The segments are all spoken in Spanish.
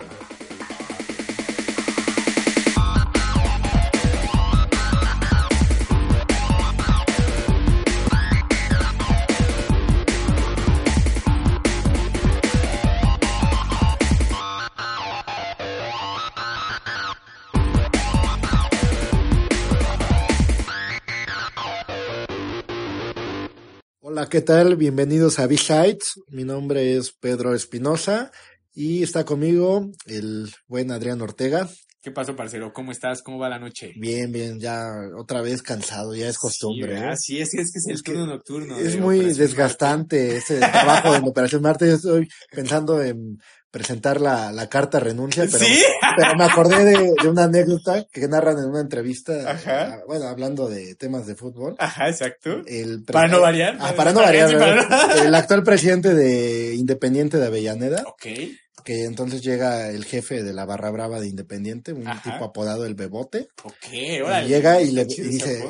Hola, ¿qué tal? Bienvenidos a B-Sides. Mi nombre es Pedro Espinosa y está conmigo el buen Adrián Ortega. ¿Qué pasó, parcero? ¿Cómo estás? ¿Cómo va la noche? Bien, ya otra vez cansado, ya es costumbre. Sí, es que es el turno nocturno. Es muy desgastante ese trabajo en Operación Marte. Yo estoy pensando en presentar la carta renuncia, pero, ¿sí? Pero me acordé de una anécdota que narran en una entrevista, Ajá. Bueno, hablando de temas de fútbol. Ajá, exacto. Para no variar. Para no variar. Sí, para no... El actual presidente de Independiente de Avellaneda. Ok. Que entonces llega el jefe de la barra brava de Independiente, un tipo apodado el Bebote. Ok, órale. Y llega y le dice,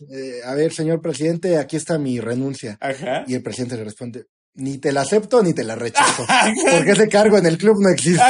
a ver, señor presidente, aquí está mi renuncia. Ajá. Y el presidente le responde, ni te la acepto ni te la rechazo. Porque ese cargo en el club no existe.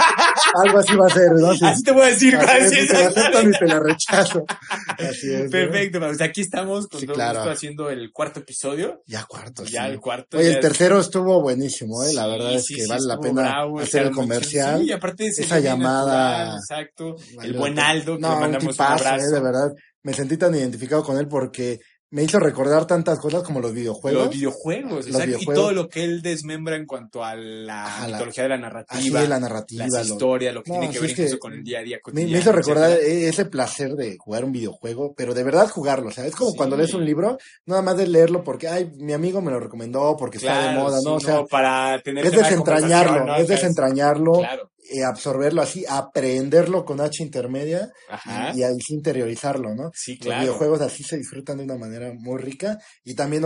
Algo así va a ser, ¿no? Así te voy a decir. Ni te la acepto ni te la rechazo. Así es. Perfecto, ¿no? Pues aquí estamos con sí, todo claro. Gusto haciendo el cuarto episodio. Ya cuarto, ya sí. el cuarto. Oye, el tercero estuvo buenísimo, la sí, verdad es que vale la pena bravo, hacer el comercial. Sí, y aparte esa llamada. Natural, exacto. El buen Aldo, que le mandamos un tipazo, un abrazo. De verdad. Me sentí tan identificado con él porque me hizo recordar tantas cosas como los videojuegos. Exacto. Y todo lo que él desmembra en cuanto a la mitología de la narrativa. Así, la narrativa. Las historias, lo que tiene que ver incluso con el día a día cotidiano. Me hizo recordar ese placer de jugar un videojuego, pero de verdad jugarlo. O sea, es como cuando lees un libro, nada más de leerlo porque, mi amigo me lo recomendó, porque está de moda, ¿no? O sea, para tener es desentrañarlo, ¿no? Es desentrañarlo. Claro. Absorberlo así, aprenderlo con H intermedia y ahí interiorizarlo, ¿no? Sí, claro. Los videojuegos así se disfrutan de una manera muy rica y también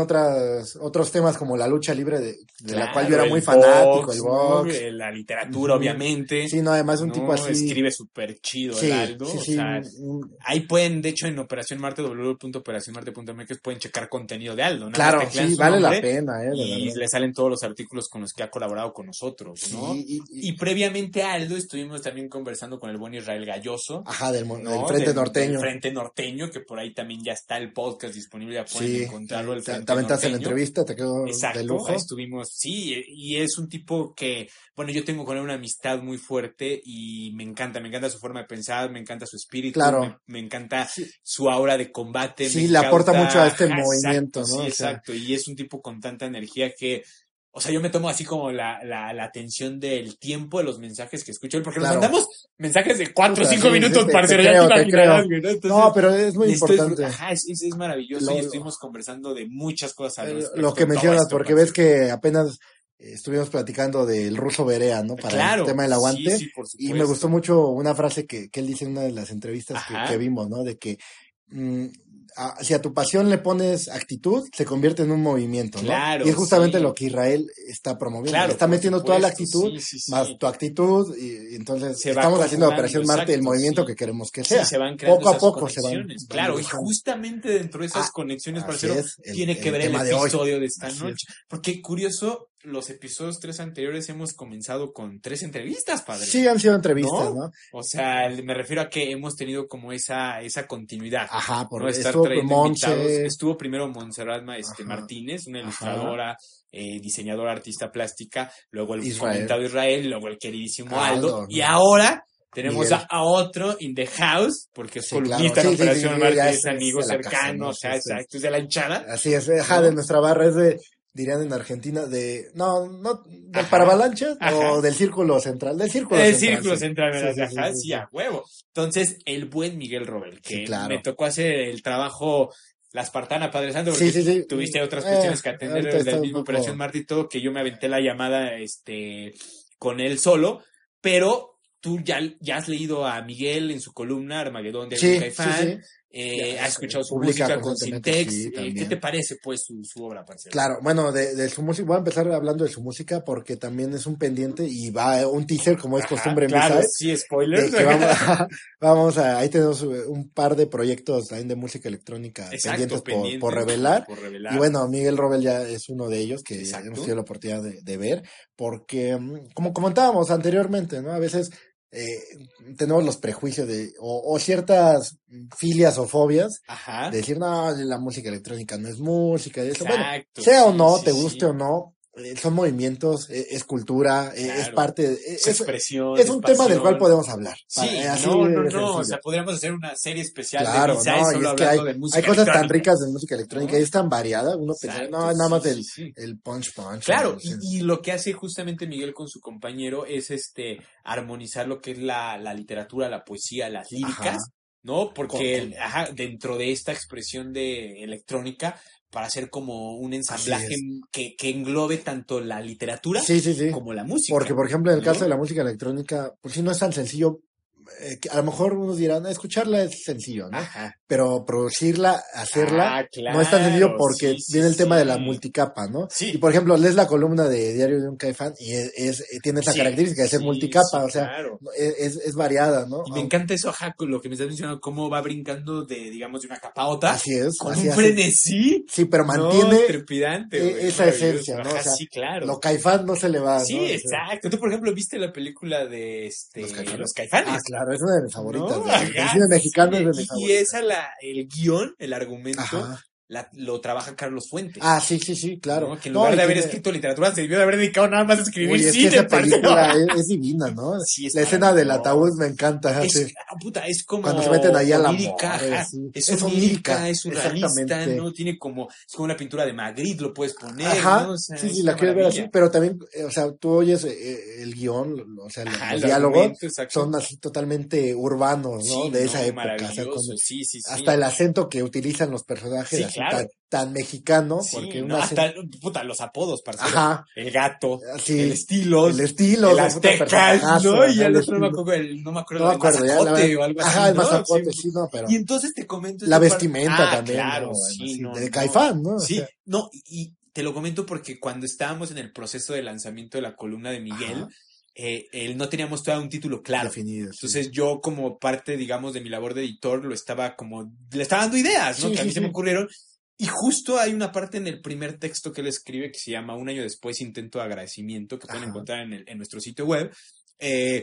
otros temas como la lucha libre de la cual yo era muy fanático, el box. La literatura, obviamente. Sí, no, además un tipo así. Escribe súper chido el Aldo. Sí, o sea, ahí pueden, de hecho, en Operación Marte, www.operacionmarte.mx pueden checar contenido de Aldo, ¿no? Claro, sí, vale la pena, y le salen todos los artículos con los que ha colaborado con nosotros, ¿no? Y previamente Aldo estuvimos también conversando con el buen Israel Galloso. Ajá, del Frente Norteño. Del Frente Norteño, que por ahí también ya está el podcast disponible, ya pueden encontrarlo. El Frente También te hace la entrevista, te quedó de lujo. Estuvimos, y es un tipo que, bueno, yo tengo con él una amistad muy fuerte y me encanta su forma de pensar, me encanta su espíritu, me encanta su aura de combate. Sí, le aporta mucho a este movimiento, ¿no? Sí, exacto, y es un tipo con tanta energía que... O sea, yo me tomo así como la atención del tiempo de los mensajes que escucho, porque nos mandamos mensajes de 4 o 5 minutos, parcero, ya te imaginarás, güey, ¿no? Entonces, no, pero es muy importante. Es maravilloso y estuvimos conversando de muchas cosas. Lo que mencionas, porque ves que apenas estuvimos platicando del ruso Berea, ¿no? Para el tema del aguante. Sí, por supuesto. Y me gustó mucho una frase que él dice en una de las entrevistas que vimos, ¿no? De que... si a tu pasión le pones actitud, se convierte en un movimiento, ¿no? Claro, y es justamente lo que Israel está promoviendo. Claro, está metiendo toda la actitud, más tu actitud, y entonces estamos haciendo Operación Marte el movimiento que queremos que sea. Se van creando poco a poco conexiones. Claro, y justamente dentro de esas conexiones, parcero, tiene que ver el episodio de esta noche. Porque curioso, los episodios 3 anteriores hemos comenzado con 3 entrevistas, padre. Sí, han sido entrevistas, ¿no? O sea, me refiero a que hemos tenido como esa continuidad. Ajá, por estar trayendo invitados. Estuvo primero Montserrat Martínez, una ilustradora, diseñadora, artista plástica, luego el comentado Israel, luego el queridísimo Aldo, y ahora tenemos a otro in the house, porque es columnista de Operación Marte, es amigo cercano, o sea, exacto, es de la hinchada. Así es, de nuestra barra, es de... Dirían en Argentina del Paravalancha o del Círculo Central. Del Círculo Central, sí, a huevo. Entonces, el buen Miguel Robel, que me tocó hacer el trabajo, la espartana, Padre Santo, porque tuviste otras cuestiones que atender del mismo Operación Marte y todo, que yo me aventé la llamada con él solo, pero tú ya has leído a Miguel en su columna Armagedón de Caifán. Has escuchado su música con Syntex. ¿Qué te parece, pues, su obra, parcero? Claro, bueno, de su música, voy a empezar hablando de su música porque también es un pendiente y va un teaser, como es costumbre en claro, sí, spoilers. Ahí tenemos un par de proyectos también de música electrónica pendientes por revelar. Y bueno, Miguel Robel ya es uno de ellos que hemos tenido la oportunidad de ver, porque, como comentábamos anteriormente, ¿no? A veces tenemos los prejuicios o ciertas filias o fobias. Ajá. De decir, no, la música electrónica no es música. Y eso, bueno, sea o no, te guste o no, son movimientos, es cultura, es parte, es expresión. Es un tema del cual podemos hablar. Sí, no, o sea, podríamos hacer una serie especial de B-Sides solo hablando de música hay cosas tan ricas de música electrónica y es tan variada, uno pensaría, nada más el punch. Claro, y lo que hace justamente Miguel con su compañero es armonizar lo que es la literatura, la poesía, las líricas, ¿no? Porque dentro de esta expresión de electrónica, para hacer como un ensamblaje que englobe tanto la literatura como la música. Porque, por ejemplo, en el caso de la música electrónica, pues sí no es tan sencillo. A lo mejor unos dirán, escucharla es sencillo, ¿no? Ajá. Pero producirla, hacerla, no es tan sencillo porque viene el tema de la multicapa, ¿no? Sí. Y por ejemplo, lees la columna de Diario de un Caifán y tiene esa característica de ser multicapa, o sea, es variada, ¿no? Y me encanta eso, lo que me estás mencionando, cómo va brincando de una capa a otra. Así es. Con un frenesí. Sí, pero mantiene trepidante, esa esencia, ¿no? O sea, sí, claro. Lo Caifán no se le va, sí, ¿no? Exacto. Tú, por ejemplo, ¿viste la película de Los Caifanes? Ah, claro, es una de mis favoritas. El cine mexicano es de mis favoritas. Y esa, el guión, el argumento, lo trabaja Carlos Fuentes. Ah, sí, claro. ¿No? Que en lugar de haber escrito literatura, se debió de haber dedicado nada más a escribir cine. Es que esa película es divina, ¿no? Sí, la escena del ataúd me encanta. Es como cuando se meten ahí a la onírica, es onírica, es surrealista, ¿no? Tiene es como una pintura de Magritte, lo puedes poner, ¿no? O sea, sí, la quieres ver así, pero también, o sea, tú oyes el guión, o sea, los diálogos son así totalmente urbanos, ¿no? De esa época. O sea, hasta el acento que utilizan los personajes, así tan mexicano, porque hasta los apodos, parcero. El gato, el estilo, el aztecas, ¿no? Y el otro no me acuerdo, el mazacote o algo así. Ajá, el mazacote, no, pero. Y entonces te comento la vestimenta también. Claro, de Caifán, ¿no? Sí, y te lo comento porque cuando estábamos en el proceso de lanzamiento de la columna de Miguel, no teníamos todavía un título claro. Definido. Entonces yo, como parte, digamos, de mi labor de editor, le estaba dando ideas, ¿no? Que a mí se me ocurrieron. Y justo hay una parte en el primer texto que él escribe que se llama Un año después, intento de agradecimiento, que pueden encontrar en nuestro sitio web. Él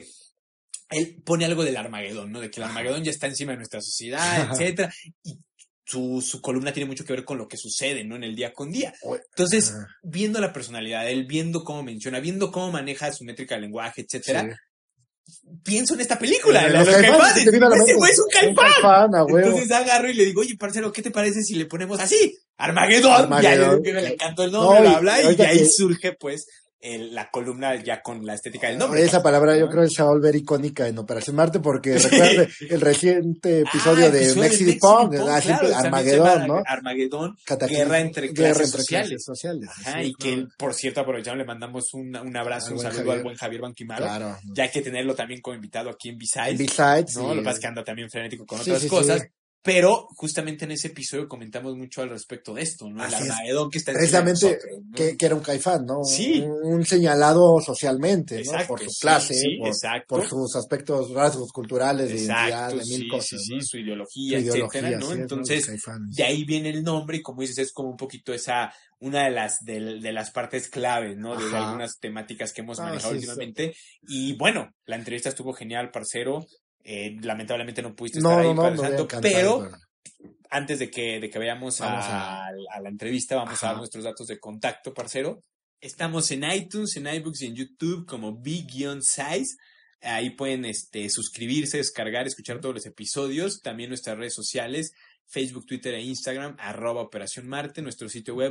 pone algo del Armagedón, ¿no? De que el Armagedón ya está encima de nuestra sociedad, etcétera. Y su columna tiene mucho que ver con lo que sucede, ¿no? En el día con día. Entonces, viendo la personalidad de él, viendo cómo menciona, viendo cómo maneja su métrica de lenguaje, etcétera, pienso en esta película, Los Caifanes. Ese güey es un Caifán. Entonces agarro y le digo, oye, parcero, ¿qué te parece si le ponemos así? Armagedón. Y ahí le encantó el nombre, lo habla, y ahí surge, pues, la columna ya con la estética del nombre. Esa palabra yo creo que se va a volver icónica en Operación Marte porque recuerda el reciente episodio de Mexican Punk, Armagedón, ¿no? Armagedón, guerra entre clases sociales. Ajá, y que, por cierto, aprovechamos, le mandamos un abrazo, un saludo al buen Javier Banquimaro. Claro. Ya hay que tenerlo también como invitado aquí en B-Sides. ¿no? Lo que pasa es que anda también frenético con otras cosas. Sí. Pero justamente en ese episodio comentamos mucho al respecto de esto, ¿no? El Armagedón que está precisamente nosotros, ¿no? que era un Caifán, ¿no? Sí. Un señalado socialmente, ¿no? Por su clase, por sus aspectos, rasgos culturales, de identidad, de mil cosas. Sí, su ideología, etcétera, ¿no? Entonces, de ahí viene el nombre y como dices, es como un poquito una de las partes claves, ¿no? De algunas temáticas que hemos manejado últimamente. Y bueno, la entrevista estuvo genial, parcero. Lamentablemente no pudiste estar ahí, pero antes de que vayamos a la entrevista, vamos a dar nuestros datos de contacto, parcero. Estamos en iTunes, en iBooks y en YouTube como B-Size. Ahí pueden suscribirse, descargar, escuchar todos los episodios. También nuestras redes sociales, Facebook, Twitter e Instagram, @Operación Marte, nuestro sitio web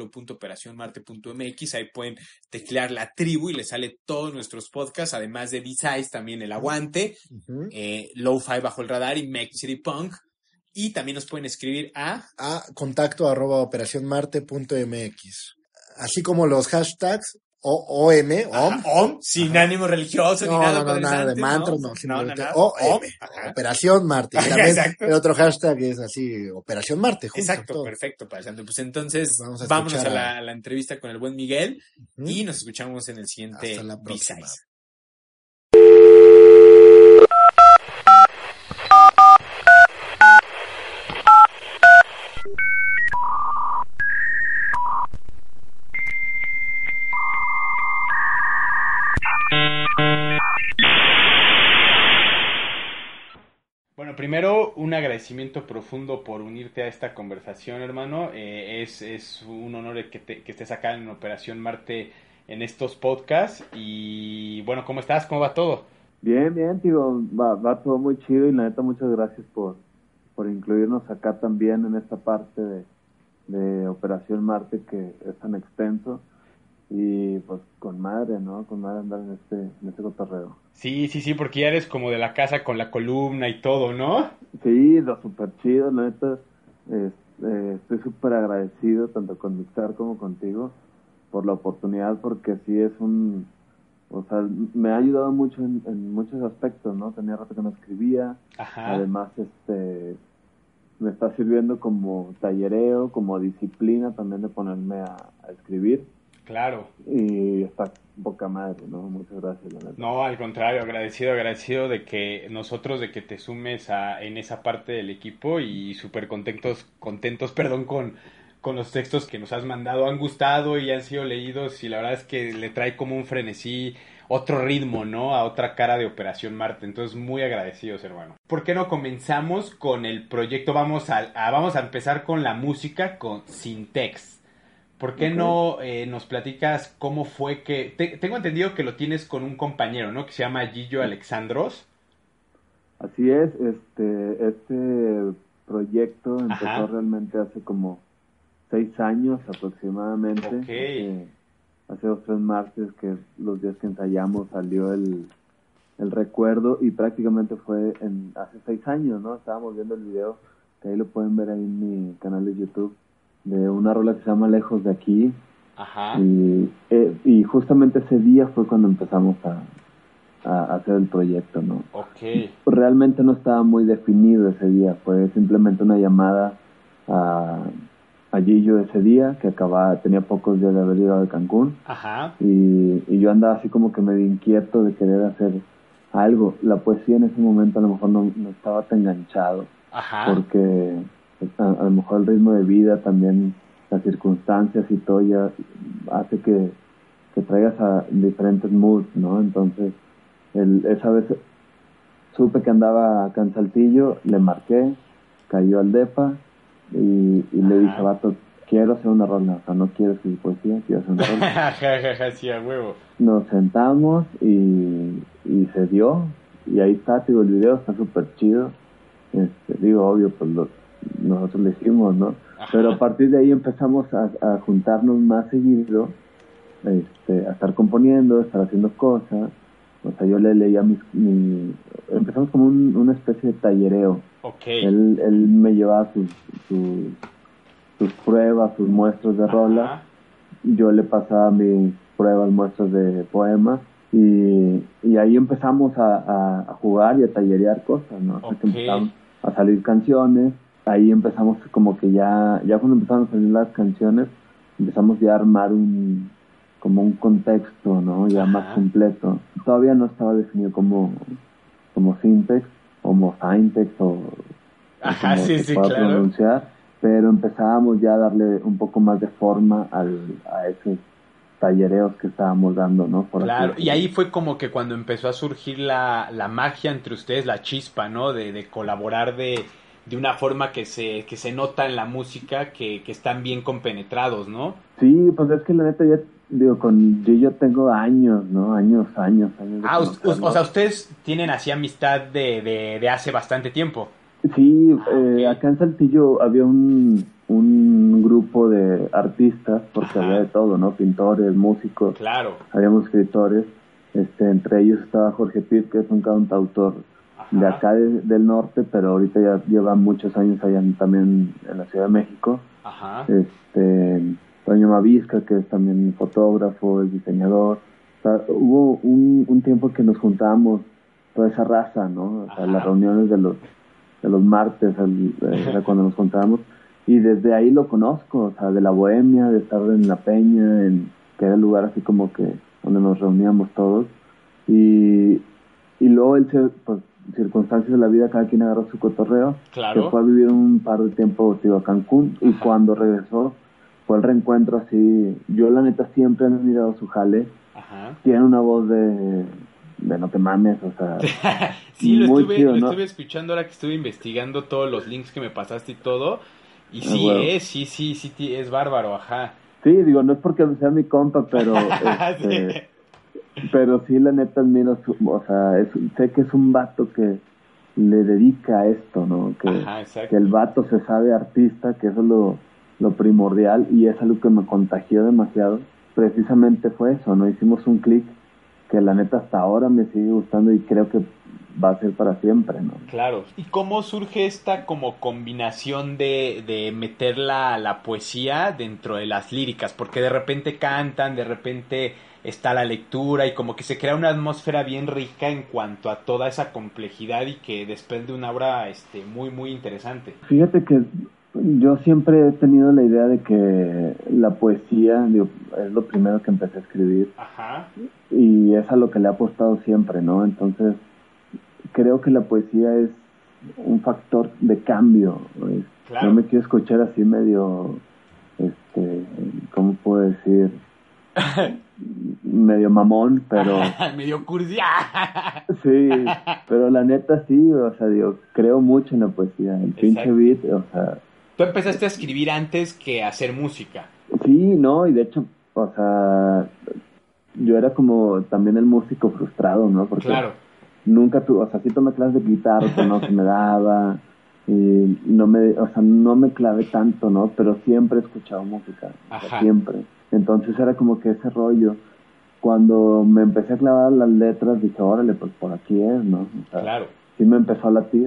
www.operacionmarte.mx, ahí pueden teclear La Tribu y les sale todos nuestros podcasts, además de B-Size, también El Aguante, Lo-Fi Bajo el Radar y Make City Punk, y también nos pueden escribir a contacto @operacionmarte.mx, así como los hashtags OM, sin ánimo religioso, ni nada. No, nada de mantras, simplemente OM, Operación Marte. Y también el otro hashtag es así, Operación Marte. Exacto, perfecto, Paisando. Pues entonces, vámonos a la entrevista con el buen Miguel y nos escuchamos en el siguiente B-Size. Bueno, primero, un agradecimiento profundo por unirte a esta conversación, hermano. Es un honor que estés acá en Operación Marte en estos podcasts. Y bueno, ¿cómo estás? ¿Cómo va todo? Bien, tío. Va todo muy chido y la neta, muchas gracias por incluirnos acá también en esta parte de Operación Marte que es tan extenso. Y pues con madre, ¿no? Con madre andar en este cotorreo. Sí, porque ya eres como de la casa con la columna y todo, ¿no? Sí, lo súper chido, la neta. Estoy súper agradecido tanto con Víctor como contigo por la oportunidad, porque sí es o sea, me ha ayudado mucho en muchos aspectos, ¿no? Tenía rato que no escribía. Ajá. Además, me está sirviendo como tallereo, como disciplina también de ponerme a escribir. Claro. Y está poca madre, ¿no? Muchas gracias, la neta. No, al contrario, agradecido de que te sumes en esa parte del equipo y súper contentos, con los textos que nos has mandado. Han gustado y han sido leídos y la verdad es que le trae como un frenesí, otro ritmo, ¿no? A otra cara de Operación Marte. Entonces, muy agradecidos, hermano. ¿Por qué no comenzamos con el proyecto? Vamos a empezar con la música, con Sintex. ¿Por qué no nos platicas cómo fue que... tengo entendido que lo tienes con un compañero, ¿no? Que se llama Gillo Alexandros. Así es. Este proyecto empezó realmente hace como 6 años aproximadamente. Okay. Hace 2 o 3 martes, que los días que ensayamos, salió el recuerdo y prácticamente fue hace 6 años, ¿no? Estábamos viendo el video, que ahí lo pueden ver ahí en mi canal de YouTube, de una rola que se llama Lejos de Aquí. Ajá. Y justamente ese día fue cuando empezamos a hacer el proyecto, ¿no? Okay. Realmente no estaba muy definido ese día, fue simplemente una llamada a Gillo ese día, que tenía pocos días de haber llegado de Cancún. Ajá. Y yo andaba así como que medio inquieto de querer hacer algo. La poesía en ese momento a lo mejor no estaba tan enganchado. Ajá. Porque a lo mejor el ritmo de vida, también las circunstancias y todo ya hace que traigas a diferentes moods, ¿no? Entonces, esa vez supe que andaba acá en Saltillo, le marqué, cayó al depa y le dije, vato, quiero hacer una rola, o sea, no quiero escribir poesía, quiero hacer una rola. Sí, a huevo. Nos sentamos y se dio, y ahí está, digo, el video está súper chido. Digo, obvio, pues nosotros lo hicimos, ¿no? Ajá. Pero a partir de ahí empezamos a juntarnos más seguido, a estar componiendo, a estar haciendo cosas. O sea, yo le leía empezamos como una especie de tallereo. Okay. Él me llevaba sus pruebas, sus muestras de rola. Yo le pasaba mis pruebas, muestras de poemas. Y ahí empezamos a jugar y a tallerear cosas, ¿no? Hasta que empezamos a salir canciones. Ahí empezamos como que ya cuando empezaron a salir las canciones, empezamos ya a armar como un contexto, ¿no? Ya más completo. Todavía no estaba definido como Sintex, como Sintex o como se pueda pronunciar, pero empezábamos ya a darle un poco más de forma a esos tallereos que estábamos dando, ¿no? Claro, y ahí fue como que cuando empezó a surgir la magia entre ustedes, la chispa, ¿no? De colaborar de una forma que se nota en la música, que están bien compenetrados, ¿no? Sí, pues es que la neta ya, digo, con yo tengo años, ¿no? Años. O sea, ustedes tienen así amistad de hace bastante tiempo. Sí, acá en Saltillo había un grupo de artistas, porque había de todo, ¿no? Pintores, músicos. Claro. Habíamos escritores. Entre ellos estaba Jorge Pitt, que es un cantautor de acá del norte, pero ahorita ya lleva muchos años allá también en la Ciudad de México. Ajá. Toño Mavisca, que es también fotógrafo, es diseñador. O sea, hubo un tiempo que nos juntábamos toda esa raza, ¿no? O sea, las reuniones de los martes, era cuando nos juntábamos. Y desde ahí lo conozco, o sea, de la bohemia, de estar en la peña, que era el lugar así como que donde nos reuníamos todos. Y luego pues, circunstancias de la vida, cada quien agarró su cotorreo. Claro. Se fue a vivir un par de tiempo a Cancún. Y cuando regresó, fue el reencuentro así. Yo la neta siempre he admirado su jale. Tiene una voz de no te mames, o sea. Sí, lo estuve escuchando ahora que estuve investigando todos los links que me pasaste y todo. Y sí, bueno. Sí, es bárbaro, ajá. Sí, digo, no es porque sea mi compa, pero pero sí, la neta admiro o sea, sé que es un vato que le dedica a esto, ¿no? Que el vato se sabe artista, que eso es lo primordial, y es algo que me contagió demasiado. Precisamente fue eso, ¿no? Hicimos un clic que la neta hasta ahora me sigue gustando y creo que va a ser para siempre, ¿no? Claro. ¿Y cómo surge esta como combinación de meter la poesía dentro de las líricas? Porque de repente cantan, de repente está la lectura y como que se crea una atmósfera bien rica en cuanto a toda esa complejidad y que desprende una obra muy, muy interesante. Fíjate que yo siempre he tenido la idea de que la poesía, digo, es lo primero que empecé a escribir. Ajá. Y es a lo que le he apostado siempre, ¿no? Entonces, creo que la poesía es un factor de cambio. Claro. No me quiero escuchar así medio, ¿cómo puedo decir? Medio mamón, pero... medio cursi. Sí, pero la neta sí, o sea, digo, creo mucho en la poesía. El pinche beat, o sea... Tú empezaste a escribir antes que a hacer música. Sí, no, y de hecho, o sea, yo era como también el músico frustrado, ¿no? Porque claro. Nunca tuve, o sea, sí tomé clases de guitarra, pero no se me daba, y no me clavé tanto, ¿no? Pero siempre he escuchado música, o sea, siempre. Entonces era como que ese rollo. Cuando me empecé a clavar las letras, dije, órale, pues por aquí es, ¿no? O sea, claro. Sí me empezó a latir,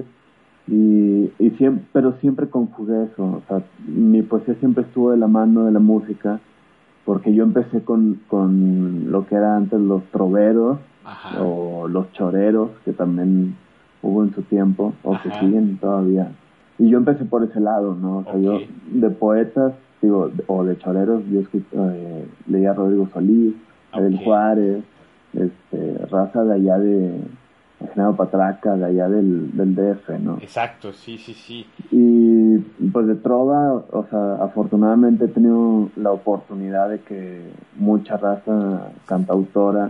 pero siempre conjugué eso, o sea, mi poesía siempre estuvo de la mano de la música, porque yo empecé con lo que era antes los troveros, ajá. O los choreros, que también hubo en su tiempo, o ajá. Que siguen todavía. Y yo empecé por ese lado, ¿no? O sea, yo de poetas, digo, o de choreros, yo leía a Rodrigo Solís, a Abel Juárez, raza de allá de Genaro Patraca, de allá del DF, ¿no? Exacto, sí. Y pues de trova, o sea, afortunadamente he tenido la oportunidad de que mucha raza cantautora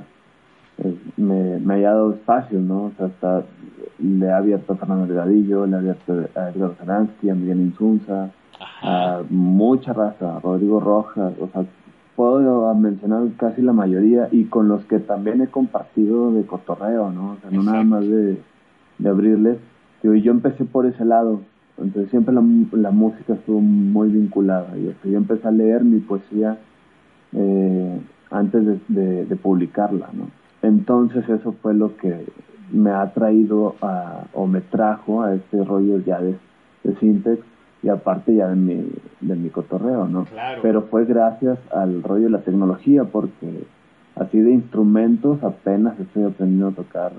me haya dado espacio, ¿no? O sea, hasta le he abierto a Fernando Delgadillo, le he abierto a Edgar Zaransky, a Miguel Insunza, a mucha raza, a Rodrigo Rojas, o sea, puedo mencionar casi la mayoría, y con los que también he compartido de cotorreo, ¿no? O sea, no nada más de abrirles. Y yo empecé por ese lado, entonces siempre la música estuvo muy vinculada, y yo empecé a leer mi poesía antes de publicarla, ¿no? Entonces eso fue lo que me ha traído o me trajo a este rollo ya de Sintex, y aparte ya de mi cotorreo, ¿no? Claro. Pero fue gracias al rollo de la tecnología, porque así de instrumentos apenas estoy aprendiendo a tocar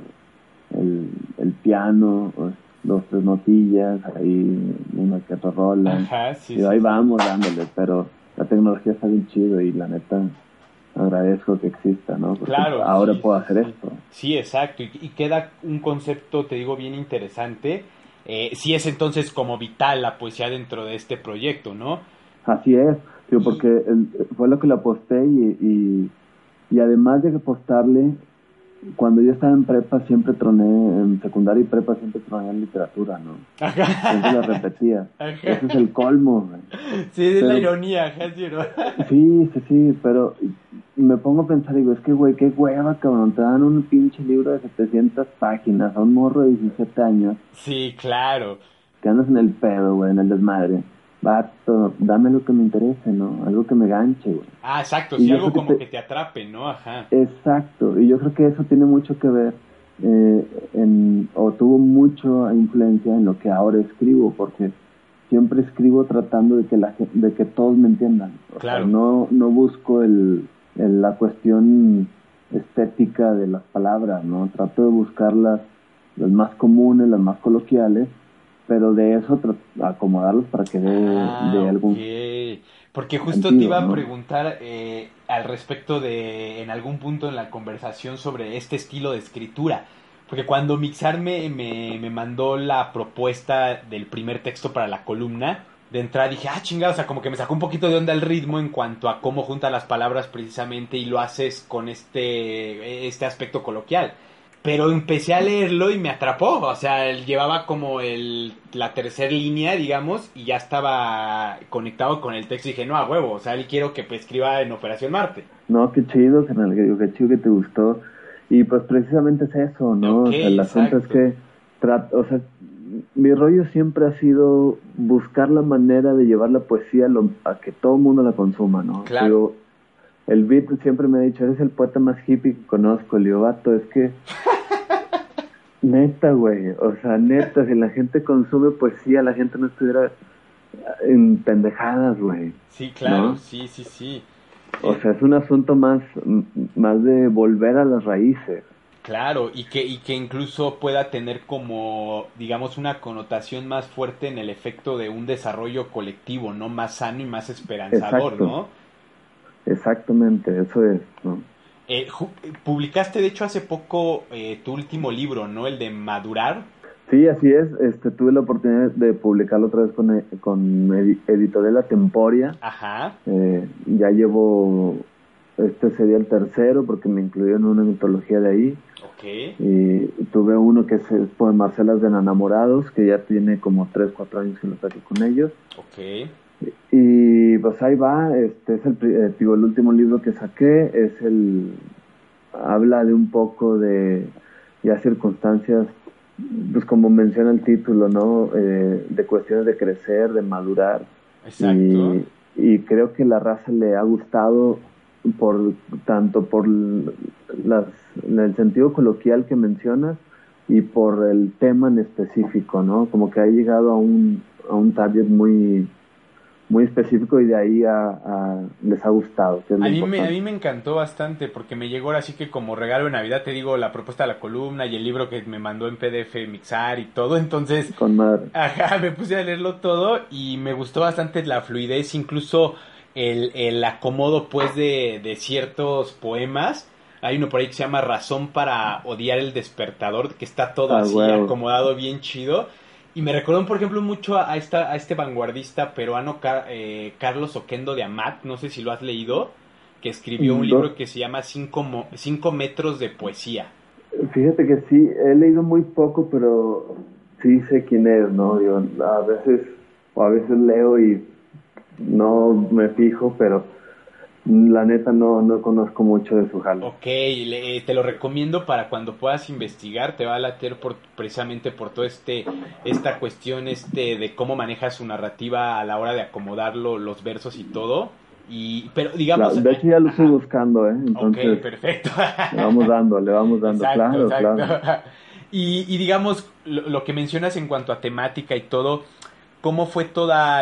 el piano, 2, 3 notillas, ahí una que otra rola. Ajá, y ahí vamos dándole, pero la tecnología está bien chido, y la neta agradezco que exista, ¿no? Porque claro, ahora puedo hacer esto. Sí, exacto, y queda un concepto, te digo, bien interesante. Sí es entonces como vital la poesía dentro de este proyecto, ¿no? Así es, tío, porque fue lo que le aposté, y además de apostarle, cuando yo estaba en prepa siempre troné, en secundaria y prepa siempre troné en literatura, ¿no? Ajá. Siempre lo repetía. Ajá. Ese es el colmo, güey. Sí, es la ironía, ajá, Sí, pero me pongo a pensar y digo, es que, güey, qué hueva, cabrón, te dan un pinche libro de 700 páginas a un morro de 17 años. Sí, claro. Que andas en el pedo, güey, en el desmadre. Vato, dame lo que me interese, ¿no? Algo que me ganche, güey. Ah, exacto, sí, algo como que te atrape, ¿no? Ajá. Exacto, y yo creo que eso tiene mucho que ver, o tuvo mucha influencia en lo que ahora escribo, porque siempre escribo tratando de que todos me entiendan. Claro. O sea, no busco la cuestión estética de las palabras, ¿no? Trato de buscar las más comunes, las más coloquiales, pero de eso acomodarlos para que de algún... Okay. Porque justo te iba a preguntar al respecto de, en algún punto en la conversación, sobre este estilo de escritura. Porque cuando Mixar me mandó la propuesta del primer texto para la columna, de entrada dije, chingada, o sea, como que me sacó un poquito de onda el ritmo en cuanto a cómo junta las palabras precisamente y lo haces con este aspecto coloquial. pero empecé a leerlo y me atrapó, o sea, él llevaba como la tercera línea, digamos, y ya estaba conectado con el texto y dije, no, a huevo, o sea, él quiero que escriba en Operación Marte. No, qué chido, canal, qué chido que te gustó. Y pues precisamente es eso, ¿no? Okay, o sea, el asunto es que, o sea, mi rollo siempre ha sido buscar la manera de llevar la poesía a que todo el mundo la consuma, ¿no? Claro. Digo, el Beat siempre me ha dicho, eres el poeta más hippie que conozco. Le digo, vato, es que neta, güey, o sea, neta, si la gente consume poesía, la gente no estuviera en pendejadas, güey. Sí, claro, ¿no? sí. O sea, es un asunto más de volver a las raíces. Claro, y que incluso pueda tener como, digamos, una connotación más fuerte en el efecto de un desarrollo colectivo, ¿no? Más sano y más esperanzador, exacto. ¿no? Exactamente, eso es, ¿no? Publicaste, de hecho, hace poco tu último libro, ¿no? El de Madurar. Sí, así es. Tuve la oportunidad de publicarlo otra vez con Editorial Temporia. Ajá. Ya llevo, este sería el tercero porque me incluyeron en una mitología de ahí. Okay. Y tuve uno que es por Marcelas de Enamorados, que ya tiene como 3-4 años que lo saqué con ellos. Okay. Y pues ahí va, es el último libro que saqué, habla de un poco de ya circunstancias, pues como menciona el título, ¿no? De cuestiones de crecer, de madurar. Exacto. Y creo que la raza le ha gustado tanto por el sentido coloquial que mencionas y por el tema en específico, ¿no? Como que ha llegado a un target muy específico y de ahí les ha gustado. A mí me encantó bastante porque me llegó ahora sí que como regalo de Navidad, te digo, la propuesta de la columna y el libro que me mandó en PDF Mixar y todo, entonces con madre. Ajá, me puse a leerlo todo y me gustó bastante la fluidez, incluso el acomodo pues de ciertos poemas. Hay uno por ahí que se llama Razón para odiar el despertador, que está todo así bueno. acomodado bien chido. Y me recordó, por ejemplo, mucho a este vanguardista peruano, Carlos Oquendo de Amat, no sé si lo has leído, que escribió un libro que se llama 5 metros de poesía. Fíjate que sí, he leído muy poco, pero sí sé quién es, ¿no? Digo, a veces leo y no me fijo, pero la neta no conozco mucho de su jale. Ok, te lo recomiendo para cuando puedas investigar, te va a latir precisamente por todo esta cuestión de cómo maneja su narrativa a la hora de acomodarlo, los versos y todo. Pero digamos... Claro, de hecho ya lo estoy buscando, entonces... Ok, perfecto. Le vamos dando, exacto, claro. Y digamos, lo que mencionas en cuanto a temática y todo, ¿cómo fue toda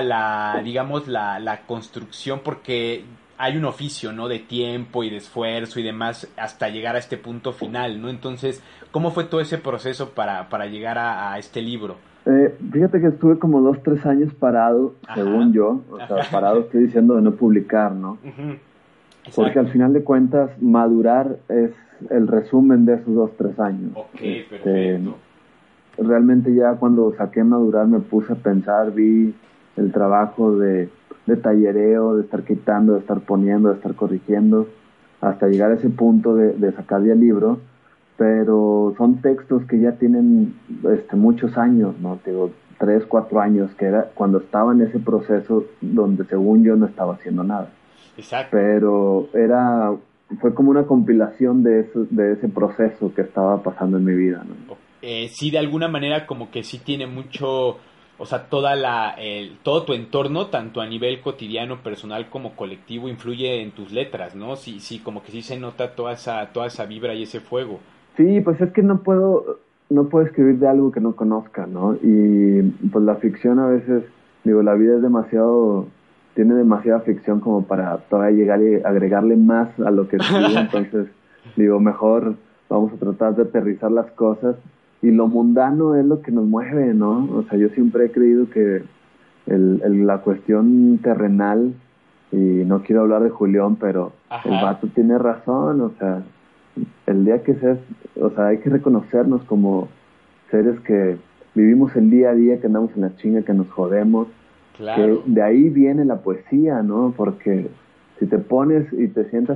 la construcción? Porque hay un oficio, ¿no? De tiempo y de esfuerzo y demás hasta llegar a este punto final, ¿no? Entonces, ¿cómo fue todo ese proceso para llegar a este libro? Fíjate que estuve como 2-3 años parado, según yo. O sea, parado estoy diciendo de no publicar, ¿no? Uh-huh. Porque al final de cuentas, madurar es el resumen de esos 2-3 años. Ok, perfecto. Realmente ya cuando saqué Madurar me puse a pensar, vi el trabajo de tallereo, de estar quitando, de estar poniendo, de estar corrigiendo, hasta llegar a ese punto de sacar ya el libro, pero son textos que ya tienen muchos años, ¿no? Digo, 3-4 años, que era cuando estaba en ese proceso donde según yo no estaba haciendo nada. Exacto. Pero fue como una compilación de ese proceso que estaba pasando en mi vida, ¿no? Sí, de alguna manera como que sí tiene mucho, o sea, todo tu entorno, tanto a nivel cotidiano, personal como colectivo, influye en tus letras, ¿no? Sí, como que sí se nota toda esa vibra y ese fuego. Sí, pues es que no puedo escribir de algo que no conozca, ¿no? Y pues la ficción a veces, digo, la vida tiene demasiada ficción como para todavía llegar y agregarle más a lo que escribo, entonces digo, mejor vamos a tratar de aterrizar las cosas y lo mundano es lo que nos mueve, ¿no? O sea, yo siempre he creído que la cuestión terrenal, y no quiero hablar de Julián, pero el vato tiene razón, o sea, el día que hay que reconocernos como seres que vivimos el día a día, que andamos en la chinga, que nos jodemos. Claro. Que de ahí viene la poesía, ¿no? Porque si te pones y te sientas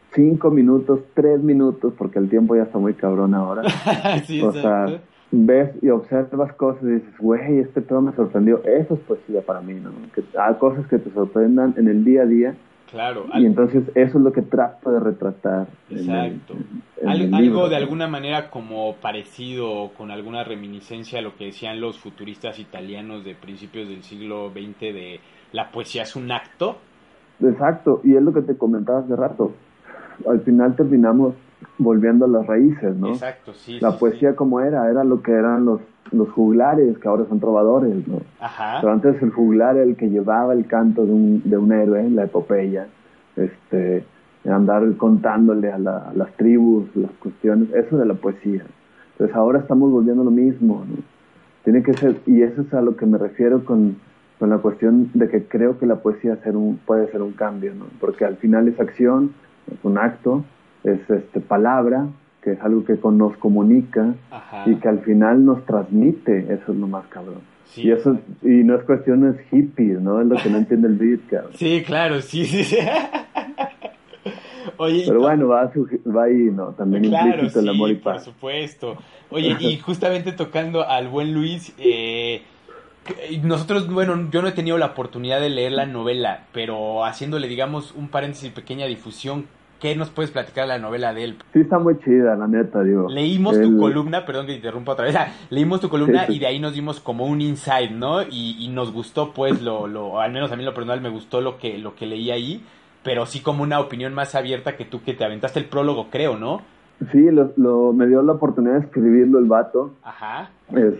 5 minutos, 3 minutos, porque el tiempo ya está muy cabrón ahora. Sí, o sea, ves y observas cosas y dices, güey, este tema me sorprendió. Eso es poesía para mí, ¿no? Que hay cosas que te sorprendan en el día a día. Claro. Y entonces eso es lo que trato de retratar. Exacto. Algo de alguna manera como parecido, con alguna reminiscencia a lo que decían los futuristas italianos de principios del siglo XX de la poesía es un acto. Exacto, y es lo que te comentaba hace rato. Al final terminamos volviendo a las raíces, ¿no? Exacto, sí. La poesía como era lo que eran los juglares, que ahora son trovadores, ¿no? Ajá. Pero antes el juglar era el que llevaba el canto de un héroe, la epopeya, andar contándole a las tribus, las cuestiones, eso de la poesía. Entonces ahora estamos volviendo a lo mismo, ¿no? Tiene que ser, y eso es a lo que me refiero con la cuestión de que creo que la poesía puede ser un cambio, ¿no? Porque al final es acción, es un acto, es palabra, que es algo que nos comunica. Ajá. Y que al final nos transmite, eso es lo más cabrón. Sí, y eso y no es cuestiones hippies, ¿no? Es lo que no entiende el beat, cabrón. Sí, claro, sí. Oye, pero bueno, va ahí, ¿no? También claro, implícito el amor y paz. Por supuesto. Oye, y justamente tocando al buen Luis, nosotros, bueno, yo no he tenido la oportunidad de leer la novela, pero haciéndole, digamos, un paréntesis, pequeña difusión, ¿qué nos puedes platicar de la novela de él? Sí, está muy chida, la neta, digo. Leímos tu columna, perdón que te interrumpa otra vez, leímos tu columna y de ahí nos dimos como un insight, ¿no? Y nos gustó, pues, al menos a mí en lo personal me gustó lo que leí ahí, pero sí como una opinión más abierta que tú, que te aventaste el prólogo, creo, ¿no? Sí, me dio la oportunidad de escribirlo el vato. Ajá.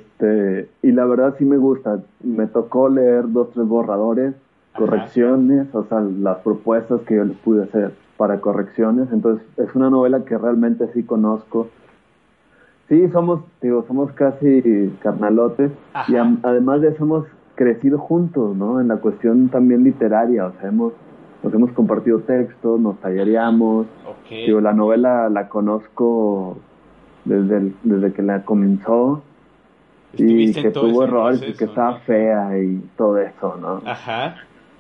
Y la verdad sí me gusta. Me tocó leer 2, 3 borradores, correcciones, o sea, las propuestas que yo les pude hacer para correcciones. Entonces es una novela que realmente sí conozco. Sí, somos casi carnalotes. Ajá. Y además de eso hemos crecido juntos, ¿no? En la cuestión también literaria, o sea, nos hemos compartido textos, nos tallereamos. Okay. Digo, la novela la conozco desde que la comenzó. Y que tuvo errores y que estaba fea y todo eso, ¿no? Ajá.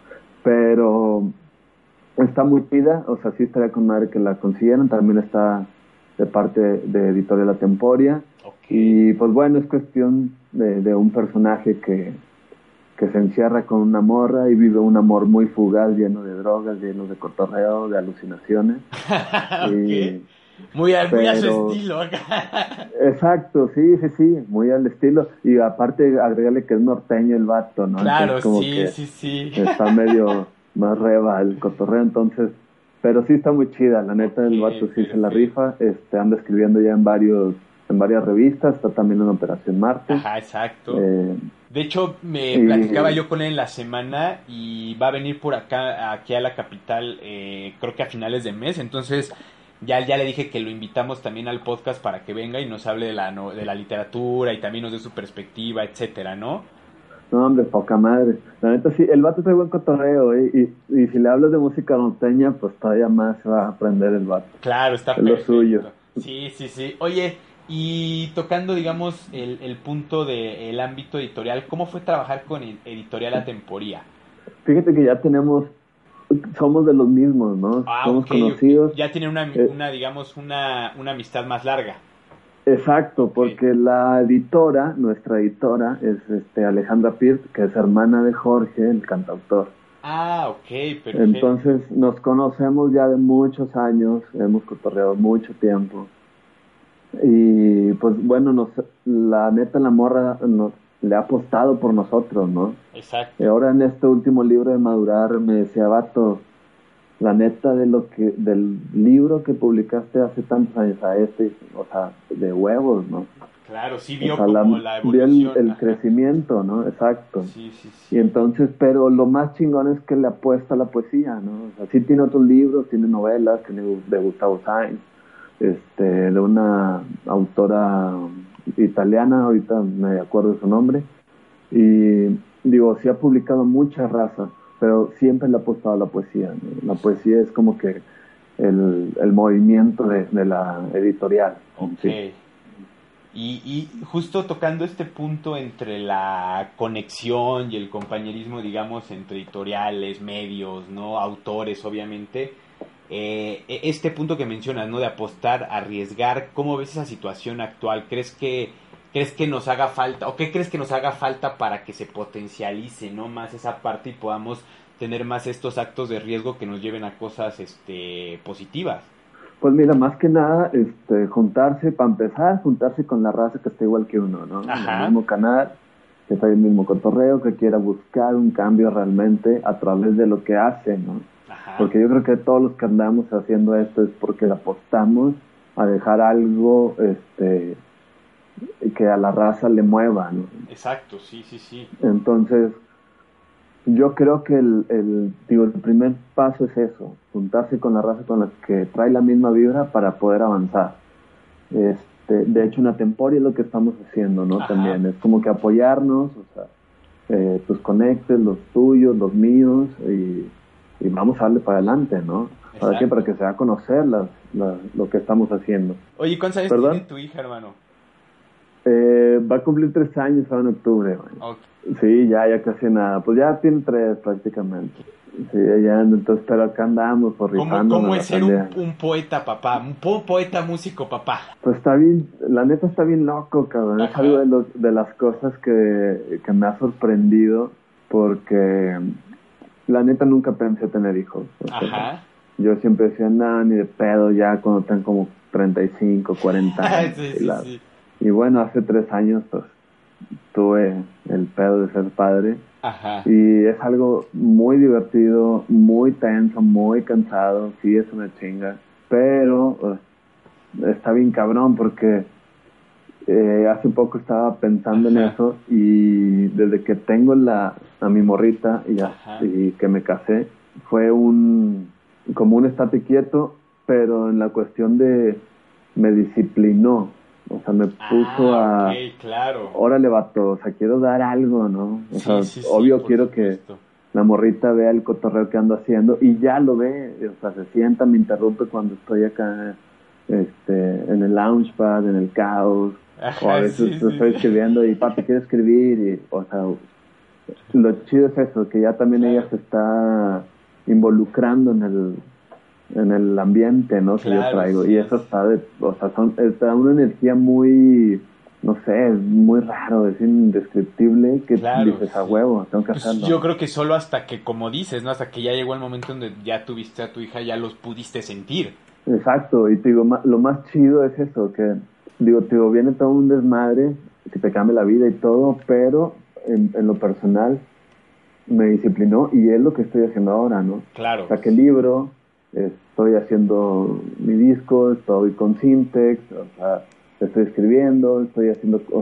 Pero está muy chida, o sea, sí estaría con madre que la consiguieran. También está de parte de Editorial La Temporia. Okay. Y pues bueno, es cuestión de un personaje que se encierra con una morra y vive un amor muy fugaz, lleno de drogas, lleno de cotorreo, de alucinaciones. Okay. Muy a su estilo. Exacto, sí, muy al estilo. Y aparte, agrégale que es norteño el vato, ¿no? Claro, entonces, como sí. Está medio más reba el cotorreo, entonces. Pero sí está muy chida, la neta, el vato sí se la rifa. Anda escribiendo ya en varias revistas, está también en Operación Marte. Ajá, exacto. De hecho, platicaba yo con él en la semana y va a venir por aquí a la capital, creo que a finales de mes. Entonces, ya le dije que lo invitamos también al podcast para que venga y nos hable de la literatura y también nos dé su perspectiva, etcétera, ¿no? No, hombre, poca madre. La neta sí, el vato trae buen cotorreo, y si le hablas de música norteña, pues todavía más se va a aprender el vato. Claro, está perfecto. Es lo suyo. Sí. Oye, y tocando, digamos, el punto del ámbito editorial, ¿cómo fue trabajar con Editorial La Temporia? Fíjate que ya somos de los mismos, ¿no? Somos conocidos. Okay. Ya tienen una digamos, una amistad más larga. Exacto, porque la editora, nuestra editora, es Alejandra Pirth, que es hermana de Jorge, el cantautor. Ok, perfecto. Entonces nos conocemos ya de muchos años, hemos cotorreado mucho tiempo. Y pues bueno, la neta la morra le ha apostado por nosotros, ¿no? Exacto. Y ahora en este último libro de Madurar me decía, vato, la neta del libro que publicaste hace tantos años o sea, de huevos, ¿no? Claro, sí vio, o sea, como la evolución. Vio el crecimiento, ¿no? Exacto. Sí. Y entonces, pero lo más chingón es que le apuesta a la poesía, ¿no? O sea, sí tiene otros libros, tiene novelas, tiene de Gustavo Sainz, de una autora italiana, ahorita me acuerdo de su nombre, y digo, sí ha publicado mucha raza, pero siempre le ha apostado a la poesía, ¿no? La poesía es como que el movimiento de la editorial. Ok. Sí. Y justo tocando este punto entre la conexión y el compañerismo, digamos, entre editoriales, medios, ¿no? Autores, obviamente. este punto que mencionas, ¿no? De apostar, arriesgar, ¿cómo ves esa situación actual? ¿Crees que nos haga falta, o qué crees que nos haga falta para que se potencialice, ¿no? Más esa parte y podamos tener más estos actos de riesgo que nos lleven a cosas positivas? Pues mira, más que nada, juntarse, para empezar, juntarse con la raza que está igual que uno, ¿no? Ajá. En el mismo canal, que está en el mismo cotorreo, que quiera buscar un cambio realmente a través de lo que hace, ¿no? Ajá. Porque yo creo que todos los que andamos haciendo esto es porque apostamos a dejar algo, que a la raza le mueva, ¿no? Exacto, sí. Entonces, yo creo que el primer paso es eso, juntarse con la raza con la que trae la misma vibra para poder avanzar. De hecho, una Temporia es lo que estamos haciendo, ¿no? Ajá. También es como que apoyarnos, o sea, tus conectes, los tuyos, los míos, y vamos a darle para adelante, ¿no? ¿Para qué? Para que se va a conocer lo que estamos haciendo. Oye, ¿cuántos años tiene tu hija, hermano? Va a cumplir 3 años ahora en octubre, güey. Okay. Sí, ya casi nada. Pues ya tiene 3 prácticamente. Sí, ya, entonces, pero acá andamos por rifando. ¿Cómo es ser un poeta, papá? Un poeta músico, papá. Pues está bien, la neta está bien loco, cabrón. Ajá. Es algo de las cosas que me ha sorprendido, porque la neta nunca pensé tener hijos. Ajá. Yo siempre decía, nada, ni de pedo, ya cuando tengo como 35, 40 años. Sí. Y bueno, hace 3 años, pues, tuve el pedo de ser padre. Ajá. Y es algo muy divertido, muy tenso, muy cansado. Sí, es una chinga. Pero está bien cabrón porque hace poco estaba pensando en eso, y desde que tengo a mi morrita y que me casé, fue como un estate quieto, pero en la cuestión me disciplinó. O sea, me puso okay, claro. Órale, vato, o sea, quiero dar algo, ¿no? O sea, obvio quiero supuesto. Que la morrita vea el cotorreo que ando haciendo, y ya lo ve, o sea, se sienta, me interrumpe cuando estoy acá, en el Launchpad, en el Caos, o a veces estoy escribiendo y, papi, quiero escribir, y, o sea, lo chido es eso, que ya también ella se está involucrando en el ambiente, ¿no? Que yo traigo, y eso está está una energía muy, no sé, es muy raro, es indescriptible, que dices, a huevo, tengo que hacerlo. Yo creo que solo hasta que, como dices, ¿no? Hasta que ya llegó el momento donde ya tuviste a tu hija, ya los pudiste sentir. Exacto, y te digo, lo más chido es eso, que digo, viene todo un desmadre, que te cambia la vida y todo, pero en lo personal me disciplinó, y es lo que estoy haciendo ahora, ¿no? Claro. Saqué el libro, estoy haciendo mi disco, estoy con Syntex, o sea, estoy escribiendo, estoy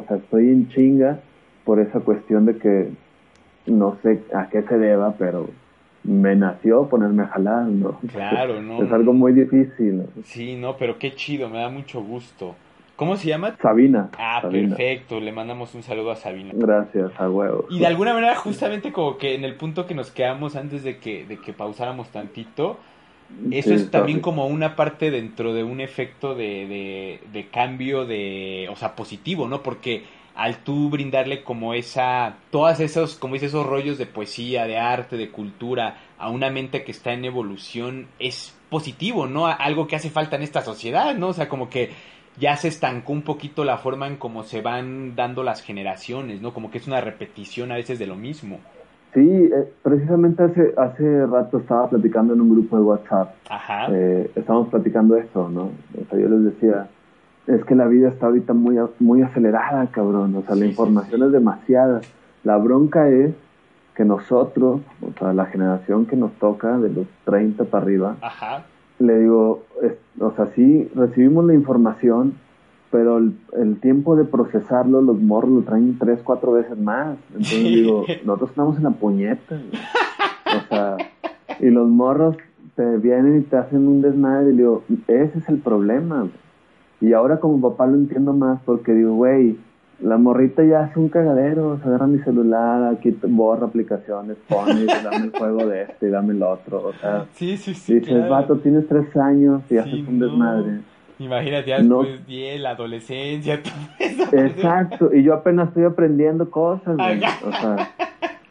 en chinga por esa cuestión de que no sé a qué se deba, pero me nació ponerme a jalar, ¿no? Claro, ¿no? Es algo muy difícil, ¿no? Sí, no, pero qué chido, me da mucho gusto. ¿Cómo se llama? Sabina. Sabina. Perfecto, le mandamos un saludo a Sabina. Gracias, a huevo. Y de alguna manera, justamente como que en el punto que nos quedamos antes de que pausáramos tantito, eso es también como una parte dentro de un efecto de cambio o sea, positivo, ¿no? Porque al tú brindarle como todas esos, como dices, esos rollos de poesía, de arte, de cultura, a una mente que está en evolución, es positivo, ¿no? Algo que hace falta en esta sociedad, ¿no? O sea, como que ya se estancó un poquito la forma en cómo se van dando las generaciones, ¿no? Como que es una repetición a veces de lo mismo. Sí, precisamente hace rato estaba platicando en un grupo de WhatsApp. Ajá. Estábamos platicando esto, ¿no? O sea, yo les decía, es que la vida está ahorita muy, muy acelerada, cabrón. O sea, la información es demasiada. La bronca es que nosotros, o sea, la generación que nos toca, de los 30 para arriba, ajá, le digo, o sea, sí, recibimos la información, pero el tiempo de procesarlo, los morros lo traen 3, 4 veces más. Entonces digo, nosotros estamos en la puñeta, ¿no? O sea, y los morros te vienen y te hacen un desmadre, y digo, ese es el problema, güey. Y ahora como papá lo entiendo más, porque digo, güey, la morrita ya hace un cagadero, se agarra mi celular, aquí borra aplicaciones, pone, dame el juego de y dame el otro, o sea, sí, dices, claro. Vato, tienes 3 años y haces un desmadre. Imagínate, ya después de la adolescencia, todo eso. Exacto, y yo apenas estoy aprendiendo cosas, güey. O sea,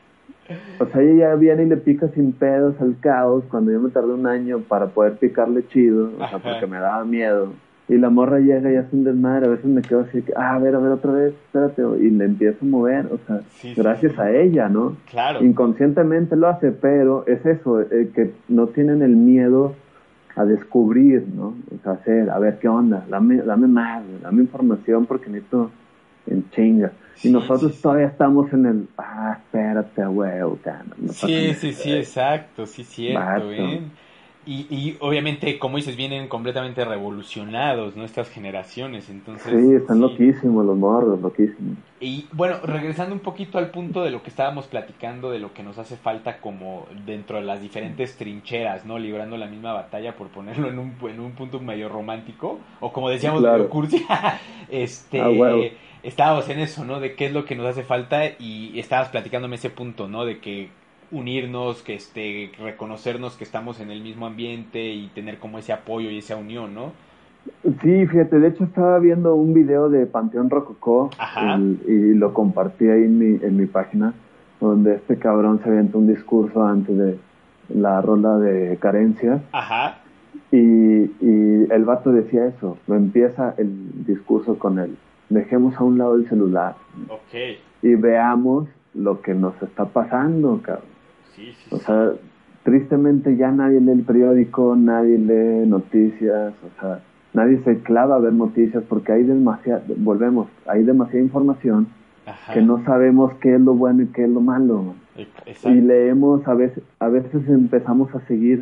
O sea, ella ya viene y le pica sin pedos al caos cuando yo me tardé un año para poder picarle chido, o sea, porque me daba miedo. Y la morra llega y hace un desmadre, a veces me quedo así, a ver, otra vez, espérate, y le empiezo a mover, o sea, gracias a ella, ¿no? Claro. Inconscientemente lo hace, pero es eso, que no tienen el miedo a descubrir, ¿no? O sea, hacer, a ver, ¿qué onda? Dame más, dame información porque necesito en chinga. Y nosotros todavía estamos en el, espérate, güey, no sí, exacto, sí, cierto, Y obviamente, como dices, vienen completamente revolucionados, ¿no? Estas generaciones, entonces... Sí, están loquísimos los morros, loquísimos. Y bueno, regresando un poquito al punto de lo que estábamos platicando, de lo que nos hace falta como dentro de las diferentes trincheras, ¿no? Librando la misma batalla, por ponerlo en un punto medio romántico, o como decíamos, medio cursi. Estábamos en eso, ¿no? De qué es lo que nos hace falta y estabas platicándome ese punto, ¿no? De que unirnos, que reconocernos que estamos en el mismo ambiente y tener como ese apoyo y esa unión, ¿no? Sí, fíjate, de hecho estaba viendo un video de Panteón Rococó y lo compartí ahí en mi página, donde este cabrón se aventó un discurso antes de la ronda de carencias. Ajá. Y el vato decía eso, empieza el discurso con él, dejemos a un lado el celular. Okay. Y veamos lo que nos está pasando, cabrón. Sí. O sea, tristemente ya nadie lee el periódico, nadie lee noticias, o sea, nadie se clava a ver noticias porque hay demasiada información. Ajá. Que no sabemos qué es lo bueno y qué es lo malo. Exacto. Y leemos, a veces empezamos a seguir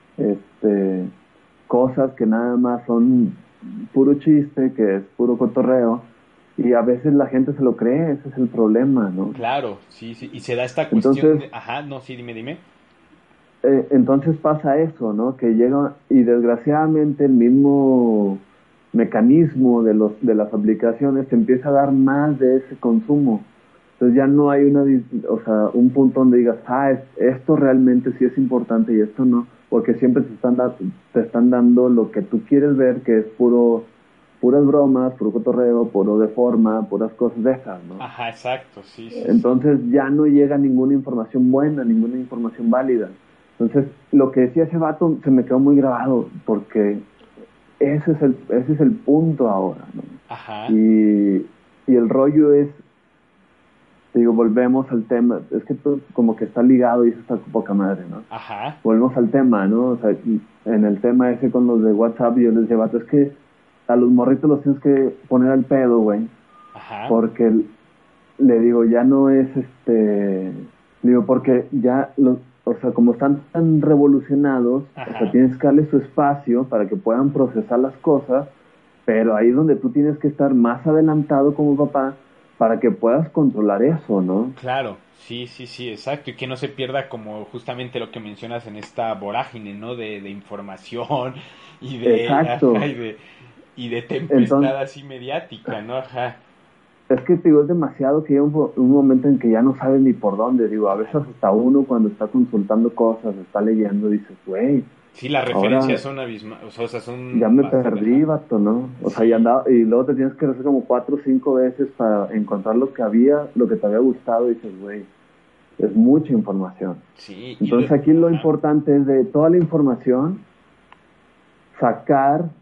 cosas que nada más son puro chiste, que es puro cotorreo, y a veces la gente se lo cree, ese es el problema, ¿no? Claro, sí, y se da esta cuestión dime. Entonces pasa eso, ¿no? Que llega, y desgraciadamente el mismo mecanismo de las aplicaciones te empieza a dar más de ese consumo. Entonces ya no hay un punto donde digas, esto realmente sí es importante y esto no, porque siempre te están dando lo que tú quieres ver, que es puras bromas, puro cotorreo, puro de forma, puras cosas de esas, ¿no? Ajá, exacto, sí. Entonces ya no llega ninguna información buena, ninguna información válida. Entonces, lo que decía ese vato se me quedó muy grabado, porque ese es el punto ahora, ¿no? Ajá. Y el rollo es, volvemos al tema, es que todo como que está ligado y eso está poca madre, ¿no? Ajá. Volvemos al tema, ¿no? O sea, en el tema ese con los de WhatsApp, yo les decía, vato, es que a los morritos los tienes que poner al pedo, güey. Ajá. Porque, le digo, ya no es porque ya como están tan revolucionados, Ajá. o sea, tienes que darle su espacio para que puedan procesar las cosas, pero ahí es donde tú tienes que estar más adelantado como papá para que puedas controlar eso, ¿no? Claro, sí, exacto, y que no se pierda como justamente lo que mencionas en esta vorágine, ¿no? De información y de... Exacto. Ajá, y de tempestad así mediática, ¿no? Ajá. Es que es demasiado que llega un momento en que ya no sabes ni por dónde. A veces hasta uno cuando está consultando cosas, está leyendo, dices, güey. Sí, las referencias son abismales, o sea, son... Ya me perdí, vato, ¿no? O sea, y luego te tienes que hacer como 4 o 5 veces para encontrar lo que te había gustado, y dices, güey, es mucha información. Sí. Entonces aquí lo importante es de toda la información, sacar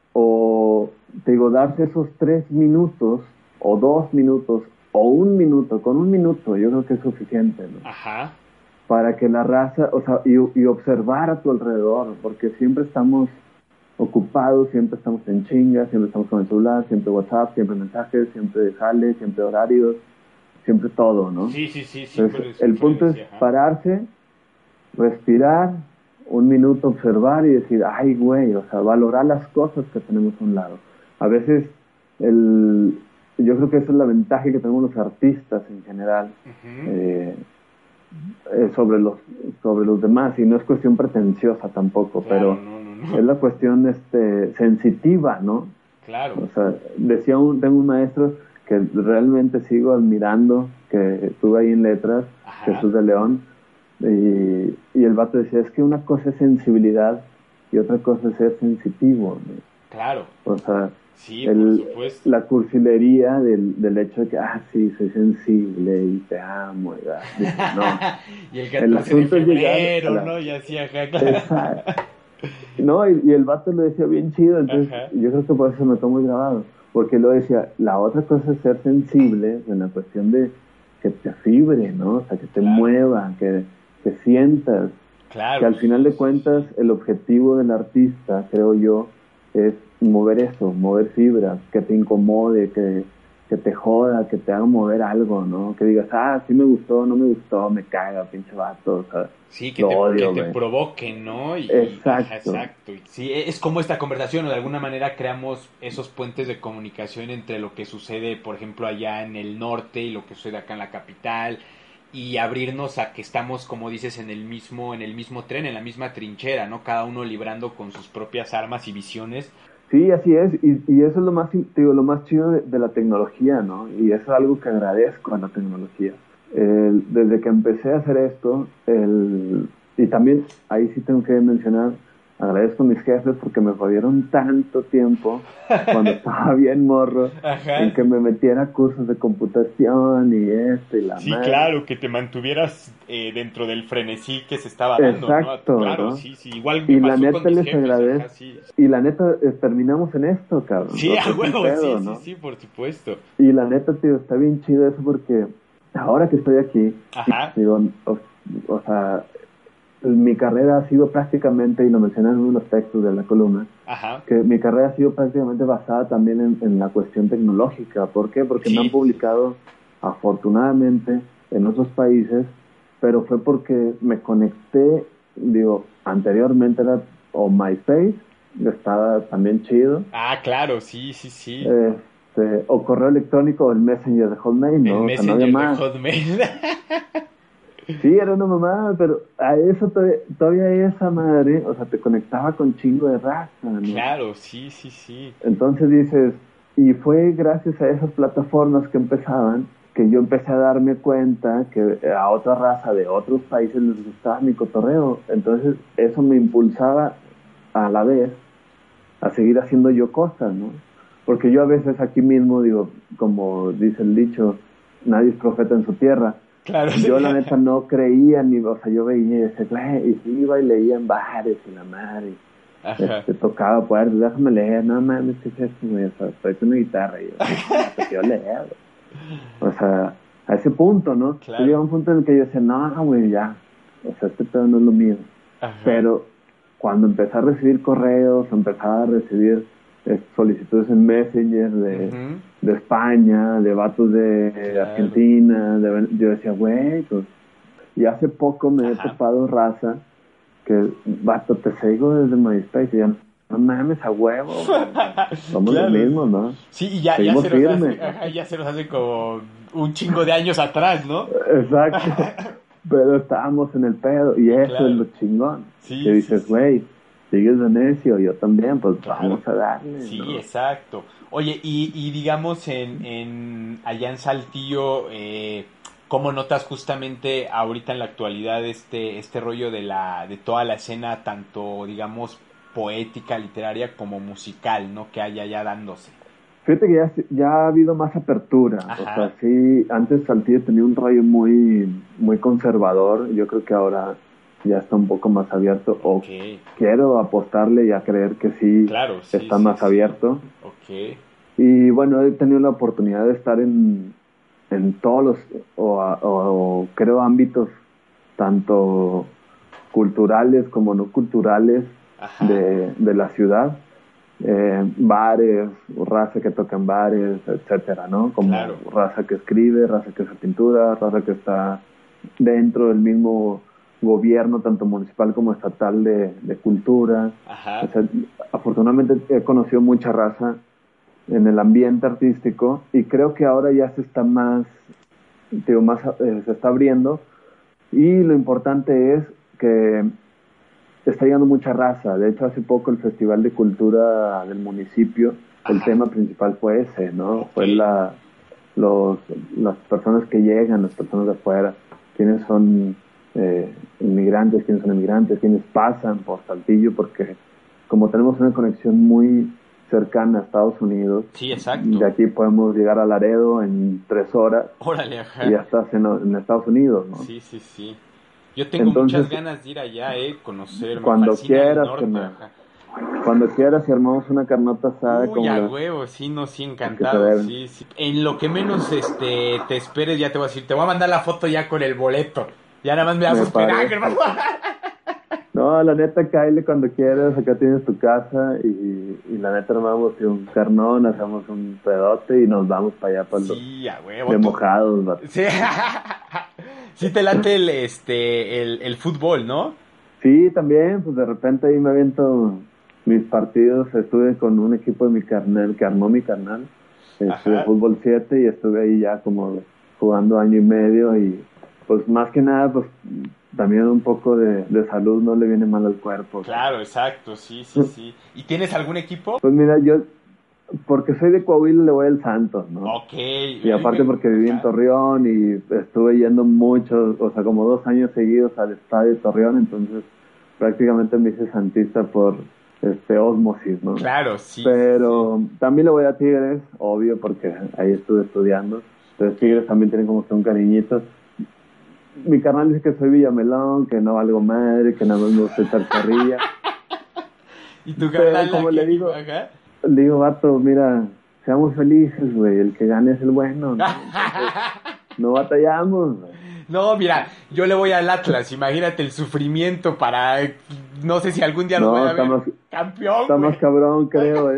darse esos 3 minutos, o 2 minutos, o 1 minuto, con 1 minuto, yo creo que es suficiente, ¿no? Ajá. Para que la raza, o sea, y observar a tu alrededor, porque siempre estamos ocupados, siempre estamos en chinga, siempre estamos con el celular, siempre WhatsApp, siempre mensajes, siempre jale, siempre horarios, siempre todo, ¿no? Sí. Entonces, el punto es pararse, respirar, 1 minuto observar y decir, ay, güey, o sea, valorar las cosas que tenemos a un lado. A veces, yo creo que esa es la ventaja que tenemos los artistas en general, sobre los demás, y no es cuestión pretenciosa tampoco, claro, pero es la cuestión sensitiva, ¿no? Claro. O sea, tengo un maestro que realmente sigo admirando, que estuve ahí en letras, Jesús de León, y el vato decía, es que una cosa es sensibilidad y otra cosa es ser sensitivo, ¿no? Claro. O sea, Sí, por supuesto. La cursilería del hecho de que, sí, soy sensible y te amo, ¿verdad? Dice, no. Y el 14 de febrero, ¿no? Y así, ajá, claro. No, y el vato lo decía bien chido, entonces yo creo que por eso me quedó muy grabado. Porque lo decía, la otra cosa es ser sensible en la cuestión de que te fibre, ¿no? O sea, que te mueva, que sientas. Claro. Que al final de cuentas el objetivo del artista, creo yo, es mover eso, mover fibras, que te incomode, que te joda, que te haga mover algo, ¿no? Que digas, sí me gustó, no me gustó, me caga, pinche vato, o sea, sí, que te provoque, ¿no? Exacto. Sí, es como esta conversación, o de alguna manera creamos esos puentes de comunicación entre lo que sucede, por ejemplo, allá en el norte y lo que sucede acá en la capital, y abrirnos a que estamos, como dices, en el mismo tren, en la misma trinchera, ¿no? Cada uno librando con sus propias armas y visiones. Sí, así es, y eso es lo más, digo, lo más chido de la tecnología, ¿no? Y eso es algo que agradezco a la tecnología. Desde que empecé a hacer esto, y también ahí sí tengo que mencionar, agradezco a mis jefes porque me jodieron tanto tiempo cuando estaba bien morro en que me metiera a cursos de computación y la sí, madre. Claro, que te mantuvieras dentro del frenesí que se estaba dando. Exacto, ¿no? Claro, ¿no? Sí, igual me y pasó la neta con mis jefes, agradezco. Sí. Y la neta terminamos en esto, cabrón. Sí, a huevo, pedo, ¿no? Sí, por supuesto. Y la neta, tío, está bien chido eso porque ahora que estoy aquí, digo, o sea, mi carrera ha sido prácticamente, y lo mencioné en uno de los textos de la columna, que mi carrera ha sido prácticamente basada también en la cuestión tecnológica. ¿Por qué? Porque me han publicado, afortunadamente, en otros países, pero fue porque me conecté, digo, anteriormente era MySpace, estaba también chido. Claro, sí. O correo electrónico o el Messenger de Hotmail, ¿no? El Messenger no había más. De Hotmail. Sí, era una mamada, pero a eso todavía esa madre, o sea, te conectaba con chingo de raza, ¿no? Claro, sí. Entonces dices, y fue gracias a esas plataformas que empezaban, que yo empecé a darme cuenta que a otra raza de otros países les gustaba mi cotorreo. Entonces eso me impulsaba a la vez a seguir haciendo yo cosas, ¿no? Porque yo a veces aquí mismo digo, como dice el dicho, nadie es profeta en su tierra. Claro, yo la neta no creía o sea, yo veía ese, y iba y leía en bares y la madre, tocaba puertas, déjame leer, no mames, ¿qué es esto, güey? O sea, estoy con una guitarra y yo quiero leer, o sea, a ese punto, ¿no? Claro. Yo llegaba a un punto en el que yo decía, no, güey, ya, o sea, este pedo no es lo mío. Pero cuando empecé a recibir correos, empezaba a recibir solicitudes en Messenger de España, de vatos de Argentina, yo decía, güey, pues, y hace poco me he topado raza que, vato, te sigo desde MySpace y ya, no mames, a huevo, somos los mismos, ¿no? Sí, y ya se los hace como un chingo de años atrás, ¿no? Exacto, pero estábamos en el pedo y eso es lo chingón, que dices, güey, sigues de necio, yo también, pues vamos a darle. Sí, ¿no? Exacto. Oye, y digamos allá en Saltillo, ¿cómo notas justamente ahorita en la actualidad este rollo de toda la escena, tanto digamos poética, literaria como musical, ¿no? Que hay allá dándose. Fíjate que ya ha habido más apertura. Ajá. O sea, sí, antes Saltillo tenía un rollo muy, muy conservador. Yo creo que ahora ya está un poco más abierto. Okay. O quiero apostarle y a creer que sí, claro, sí está más abierto. Okay. Y bueno, he tenido la oportunidad de estar en todos los, o creo, ámbitos, tanto culturales como no culturales de la ciudad. Bares, raza que toca en bares, etcétera, ¿no? Como raza que escribe, raza que hace pintura, raza que está dentro del mismo gobierno, tanto municipal como estatal, de cultura. Ajá. O sea, afortunadamente he conocido mucha raza en el ambiente artístico y creo que ahora ya se está se está abriendo, y lo importante es que está llegando mucha raza. De hecho, hace poco el Festival de Cultura del municipio, el tema principal fue ese, ¿no? Fue las personas que llegan, las personas de afuera, quiénes son inmigrantes, quiénes son emigrantes, quiénes pasan por Saltillo, porque como tenemos una conexión muy cercana a Estados Unidos. Sí, exacto. De aquí podemos llegar a Laredo en 3 horas. Órale, ajá. Y ya estás en Estados Unidos, ¿no? Sí. Yo tengo muchas ganas de ir allá, conocer. Cuando quieras, cuando quieras, si armamos una carnota asada. Uy, a huevo, sí, encantado. Sí. En lo que menos te esperes, ya te voy a decir, te voy a mandar la foto ya con el boleto. Ya nada más me vas a esperar, hermano. No, la neta, Kyle, cuando quieras, acá tienes tu casa y la neta armamos un carnón, hacemos un pedote y nos vamos para allá para a huevo. De mojados, ¿verdad? Sí. Sí te late el fútbol, ¿no? Sí, también, pues de repente ahí me aviento mis partidos. Estuve con un equipo de mi carnal, que armó mi carnal, de fútbol 7, y estuve ahí ya como jugando año y medio, y pues más que nada, pues también un poco de salud no le viene mal al cuerpo. Claro, exacto, sí. ¿Y tienes algún equipo? Pues mira, yo, porque soy de Coahuila, le voy al Santos, ¿no? Ok. Y aparte porque viví en Torreón y estuve yendo mucho, o sea, como 2 años seguidos al estadio de Torreón, entonces prácticamente me hice santista por ósmosis, ¿no? Claro, sí. Pero también le voy a Tigres, obvio, porque ahí estuve estudiando. Entonces Tigres también tienen como que un cariñito. Mi carnal dice que soy Villamelón, que no valgo madre, que nada más me gusta echar carrilla. ¿Y tu carnal como le digo, vato, mira, seamos felices, güey, el que gane es el bueno, ¿no? No batallamos, güey. No, mira, yo le voy al Atlas, imagínate el sufrimiento para, no sé si algún día lo voy a ver campeón. Está más cabrón, creo,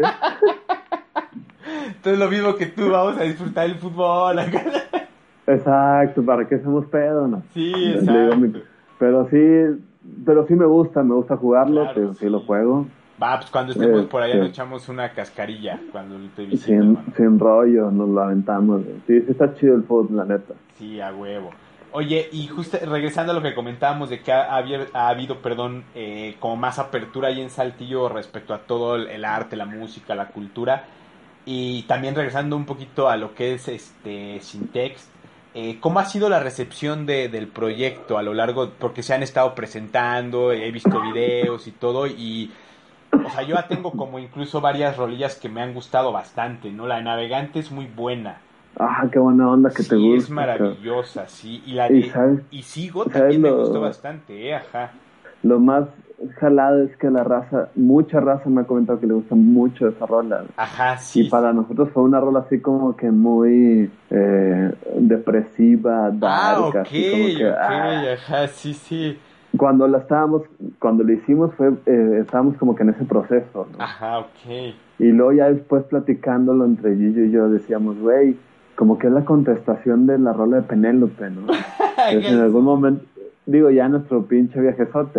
Entonces lo mismo que tú, vamos a disfrutar el fútbol. Exacto, ¿para qué somos pedos, no? Sí, exacto. Pero sí me gusta jugarlo, claro, pero sí lo juego. Va, pues cuando estemos por allá nos echamos una cascarilla, cuando te visite. Sin rollo, nos lo aventamos. Sí, está chido el fútbol, la neta. Sí, a huevo. Oye, y justo regresando a lo que comentábamos de que ha habido, como más apertura ahí en Saltillo respecto a todo el arte, la música, la cultura, y también regresando un poquito a lo que es Sintext, ¿cómo ha sido la recepción del proyecto a lo largo? Porque se han estado presentando, he visto videos y todo, y o sea, yo ya tengo como incluso varias rolillas que me han gustado bastante, ¿no? La de Navegante es muy buena. Ah, qué buena onda que te gusta. Sí, es maravillosa, sí. Y la de Sigo también me gustó bastante, ajá. Lo más jalado es que mucha raza me ha comentado que le gusta mucho esa rola. Ajá, sí. Y para nosotros fue una rola así como que muy depresiva, dark, así como que, ajá, sí. Cuando lo hicimos estábamos como que en ese proceso, ¿no? Ajá, ok. Y luego ya después platicándolo entre Gillo y yo decíamos, güey, como que es la contestación de la rola de Penélope, ¿no? Entonces, en algún momento, digo, ya nuestro pinche viajezote,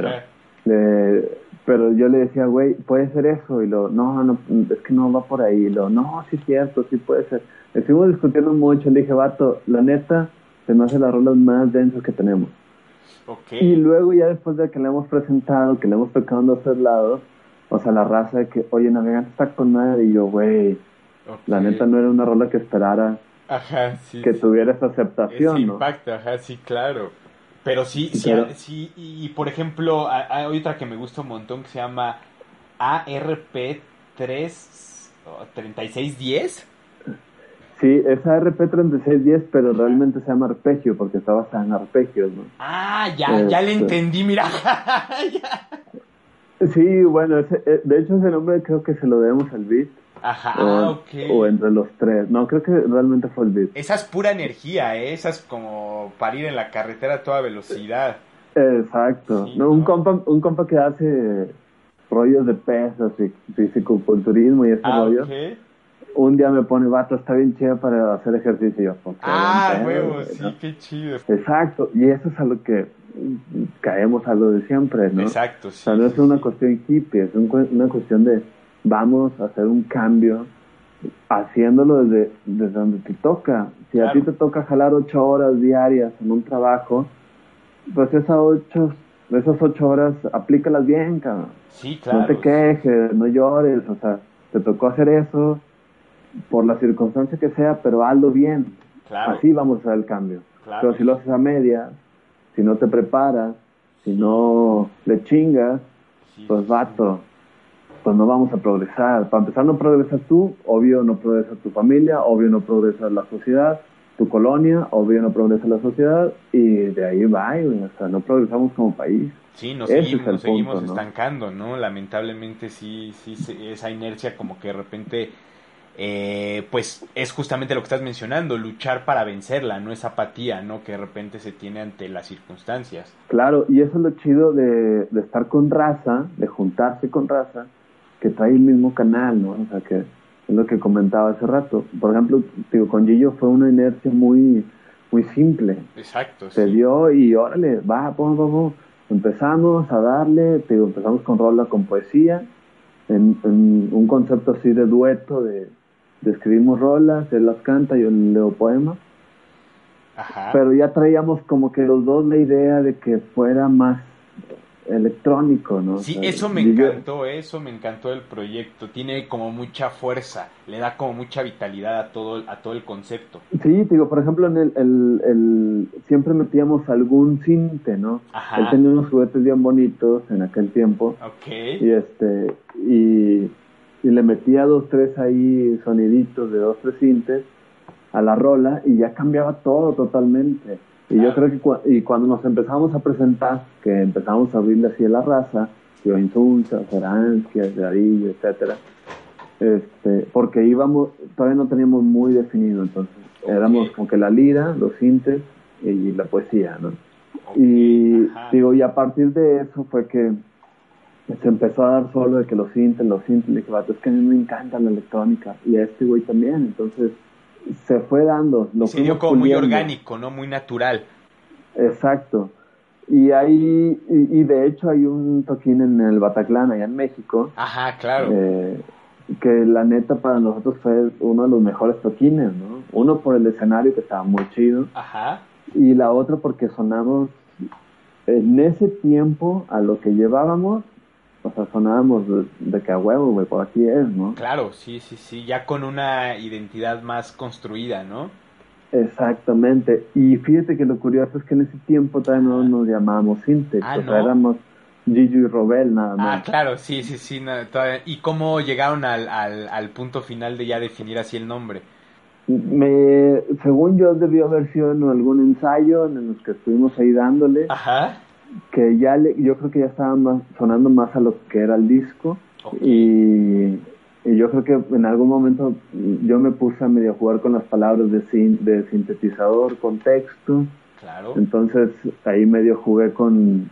pero yo le decía, güey, puede ser eso, y no, es que no va por ahí, y no, sí es cierto, sí puede ser. Estuvimos discutiendo mucho, le dije, vato, la neta, se me hace las rolas más densas que tenemos. Okay. Y luego ya después de que le hemos presentado, que le hemos tocado en 2 lados, o sea, la raza de que, oye, Navegante está con madre, y yo, güey, la neta no era una rola que esperara que tuviera esa aceptación, ese ¿no? impacto, ajá, sí, claro. Pero sí, y por ejemplo, hay otra que me gusta un montón que se llama ARP3610. Sí, es ARP3610, pero realmente se llama arpegio porque está basada en arpegios, ¿no? Ah, ya le entendí, mira. Sí, bueno, de hecho ese nombre creo que se lo debemos al beat. Ajá, ok. O entre los 3. No, creo que realmente fue el beat. Esa es pura energía, esa es como para ir en la carretera a toda velocidad. Exacto. Sí, ¿no? Un compa que hace rollos de pesas y fisicoculturismo y ese rollo. Okay. Un día me pone, vato, está bien chido para hacer ejercicio. Huevo, sí, ¿no? Qué chido. Exacto, y eso es a lo que caemos a lo de siempre, ¿no? Exacto, sí. O sea, no es una cuestión hippie, es una cuestión de vamos a hacer un cambio haciéndolo desde donde te toca. Si a ti te toca jalar 8 horas diarias en un trabajo, pues esas 8 horas aplícalas bien, cabrón. Sí, claro. No te quejes, no llores, o sea, te tocó hacer eso por la circunstancia que sea, pero hazlo bien. Claro. Así vamos a hacer el cambio. Claro. Pero si lo haces a medias, si no te preparas, si no le chingas, pues vato. pues no vamos a progresar. Para empezar, no progresas tú, obvio no progresa tu familia, obvio no progresa la sociedad, tu colonia, obvio no progresa la sociedad, y de ahí va, o sea, no progresamos como país. Sí, nos seguimos estancando, ¿no? Lamentablemente sí, esa inercia como que de repente, pues es justamente lo que estás mencionando, luchar para vencerla, no esa apatía, ¿no? Que de repente se tiene ante las circunstancias. Claro, y eso es lo chido de estar con raza, de juntarse con raza, que trae el mismo canal, ¿no? O sea, que es lo que comentaba hace rato. Por ejemplo, digo, con Gillo fue una inercia muy simple. Exacto, Se dio y órale, vamos. Empezamos a darle, empezamos con rola, con poesía, en un concepto así de dueto, de escribimos rolas, él las canta, yo leo poemas. Ajá. Pero ya traíamos como que los dos la idea de que fuera más electrónico, ¿no? Sí, o sea, eso me encantó del proyecto, tiene como mucha fuerza, le da como mucha vitalidad a todo el concepto. Sí, digo, por ejemplo, en el siempre metíamos algún cinte, ¿no? Ajá. Él tenía unos juguetes bien bonitos en aquel tiempo. Okay. Y le metía 2, 3 ahí soniditos de 2, 3 cintes a la rola y ya cambiaba todo totalmente. Y yo creo que cuando nos empezamos a presentar, que empezamos a abrirle así a la raza, yo Insulza, Seransky, Darillo, etcétera, porque todavía no teníamos muy definido, entonces éramos como que la lira, los sintes y la poesía, ¿no? Y y a partir de eso fue que se empezó a dar solo de que los sintes, le dije, vato, es que a mí me encanta la electrónica, y a este güey también, entonces se fue dando. Se dio como muy orgánico, ¿no? Muy natural. Exacto. Y ahí, y de hecho hay un toquín en el Bataclan, allá en México. Ajá, claro. Que la neta para nosotros fue uno de los mejores toquines, ¿no? Uno por el escenario, que estaba muy chido. Ajá. Y la otra porque sonamos en ese tiempo a lo que llevábamos. O sea, sonábamos de que a huevo, güey, por aquí es, ¿no? Claro, sí, ya con una identidad más construida, ¿no? Exactamente. Y fíjate que lo curioso es que en ese tiempo todavía no nos llamábamos Sintex, o sea, éramos Gillo y Robel nada más. Claro, sí, no, todavía. ¿Y cómo llegaron al punto final de ya definir así el nombre? Según yo, debió haber sido en algún ensayo en los que estuvimos ahí dándole. Ajá. Que yo creo que ya estaba sonando más a lo que era el disco. Okay. Y yo creo que en algún momento yo me puse a medio jugar con las palabras de sintetizador, con texto. Claro. Entonces ahí medio jugué con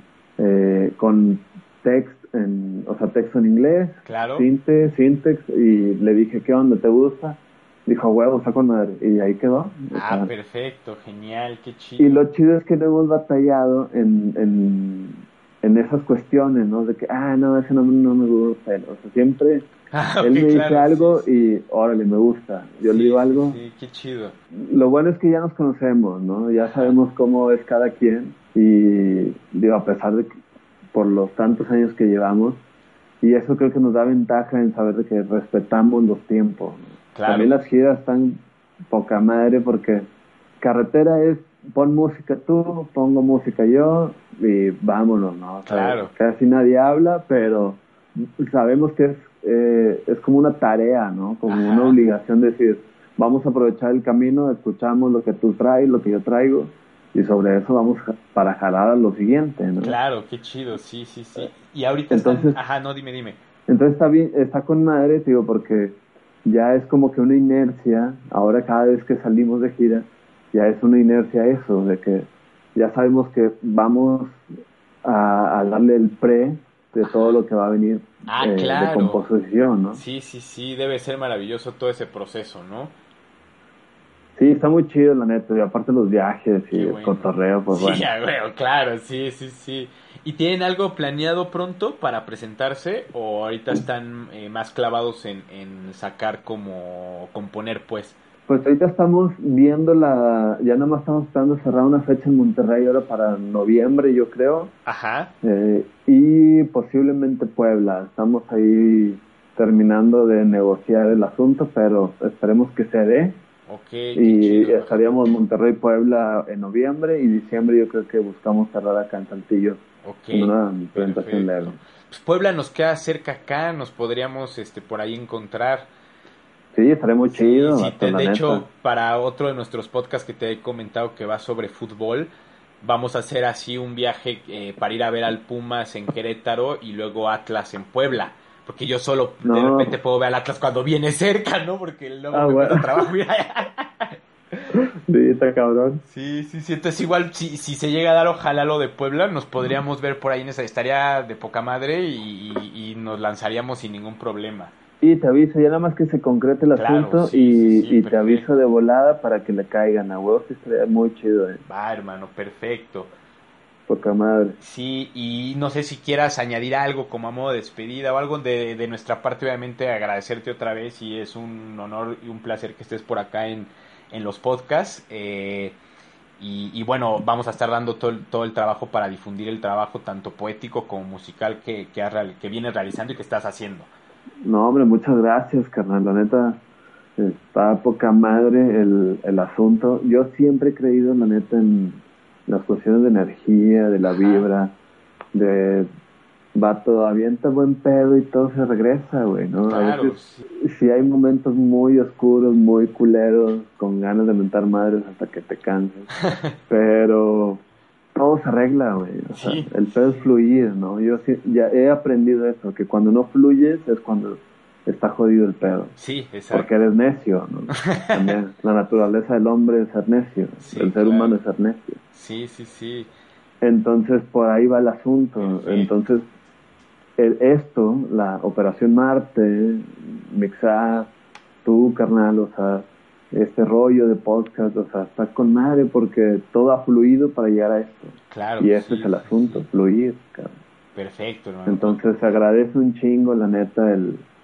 texto en inglés. Claro. Syntax, y le dije, ¿qué onda? ¿Te gusta? Dijo, huevo, está con madre. Y ahí quedó. Perfecto, genial, qué chido. Y lo chido es que no hemos batallado en esas cuestiones, ¿no? De que, no, ese no me gusta. O sea, siempre él me dice algo y, órale, me gusta. Yo le digo algo. Sí, qué chido. Lo bueno es que ya nos conocemos, ¿no? Ya sabemos cómo es cada quien. Y, digo, a pesar de que por los tantos años que llevamos, y eso creo que nos da ventaja en saber de que respetamos los tiempos, ¿no? Claro. También las giras están poca madre porque carretera es pon música tú, pongo música yo y vámonos, ¿no? O sea, claro. Casi nadie habla, pero sabemos que es como una tarea, ¿no? Como una obligación de decir, vamos a aprovechar el camino, escuchamos lo que tú traes, lo que yo traigo y sobre eso vamos para jalar a lo siguiente, ¿no? Claro, qué chido, sí. Y ahorita entonces, dime. Entonces está bien, está con madre, digo, porque ya es como que una inercia, ahora cada vez que salimos de gira, ya es una inercia eso, de que ya sabemos que vamos a darle el pre de todo lo que va a venir claro. de composición, ¿no? Sí, debe ser maravilloso todo ese proceso, ¿no? Sí, está muy chido, la neta, y aparte los viajes y el cotorreo, pues bueno. Sí, claro, sí. ¿Y tienen algo planeado pronto para presentarse o ahorita están más clavados en sacar como componer, pues? Pues ahorita estamos viendo ya nada más estamos esperando cerrar una fecha en Monterrey ahora para noviembre, yo creo. Ajá. Y posiblemente Puebla. Estamos ahí terminando de negociar el asunto, pero esperemos que se dé. Okay, y estaríamos Monterrey, Puebla en noviembre y diciembre yo creo que buscamos cerrar acá en Saltillo. Okay, en una presentación leve. pues Puebla nos queda cerca acá, nos podríamos por ahí encontrar. Sí, estaría muy chido. Sí, de hecho, para otro de nuestros podcasts que te he comentado que va sobre fútbol, vamos a hacer así un viaje para ir a ver al Pumas en Querétaro y luego Atlas en Puebla. Porque yo solo de repente puedo ver al Atlas cuando viene cerca, ¿no? Porque luego me cuesta trabajo ir allá. Sí, está cabrón. Sí. Entonces igual si se llega a dar, ojalá lo de Puebla, nos podríamos ver por ahí en esa, estaría de poca madre y nos lanzaríamos sin ningún problema. Y te aviso, ya nada más que se concrete el asunto y te aviso de volada para que le caigan a huevos, estaría muy chido. Va, hermano, perfecto. Poca madre. Sí, y no sé si quieras añadir algo como a modo de despedida o algo de nuestra parte, obviamente agradecerte otra vez y es un honor y un placer que estés por acá en los podcasts. Y bueno, vamos a estar dando todo el trabajo para difundir el trabajo tanto poético como musical que vienes realizando y que estás haciendo. No, hombre, muchas gracias, carnal. La neta, está poca madre el asunto. Yo siempre he creído, la neta, en las cuestiones de energía, de la vibra, de vato, avienta buen pedo y todo se regresa, güey, ¿no? Claro, a veces, sí hay momentos muy oscuros, muy culeros, con ganas de mentar madres hasta que te canses, pero todo se arregla, güey. O sea, el pedo es fluir, ¿no? Yo sí, ya he aprendido eso, que cuando no fluyes es cuando está jodido el pedo. Sí, exacto. Porque eres necio, ¿no? También la naturaleza del hombre es ser necio, el ser humano es ser necio. Sí. Entonces, por ahí va el asunto. Sí. Entonces, esto, la Operación Marte, mixar, tú, carnal, o sea, este rollo de podcast, o sea, está con madre porque todo ha fluido para llegar a esto. Claro. Y ese es el asunto, fluir, cabrón. Perfecto, ¿no? Entonces, agradece un chingo, la neta,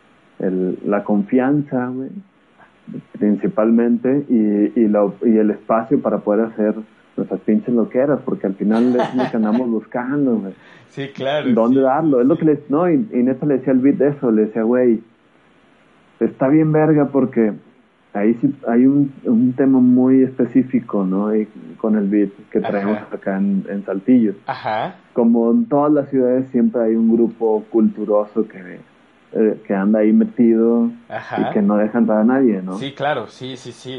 la confianza, güey, principalmente, y el espacio para poder hacer nuestras pinches loqueras, porque al final es lo que andamos buscando, güey. Sí, claro. ¿Dónde darlo? Es lo que y neta le decía al beat eso, le decía, güey, está bien verga porque ahí sí hay un tema muy específico, ¿no? Y con el beat que traemos acá en Saltillo. Ajá. Como en todas las ciudades siempre hay un grupo culturoso que anda ahí metido y que no deja entrar a nadie, ¿no? Sí, claro, sí.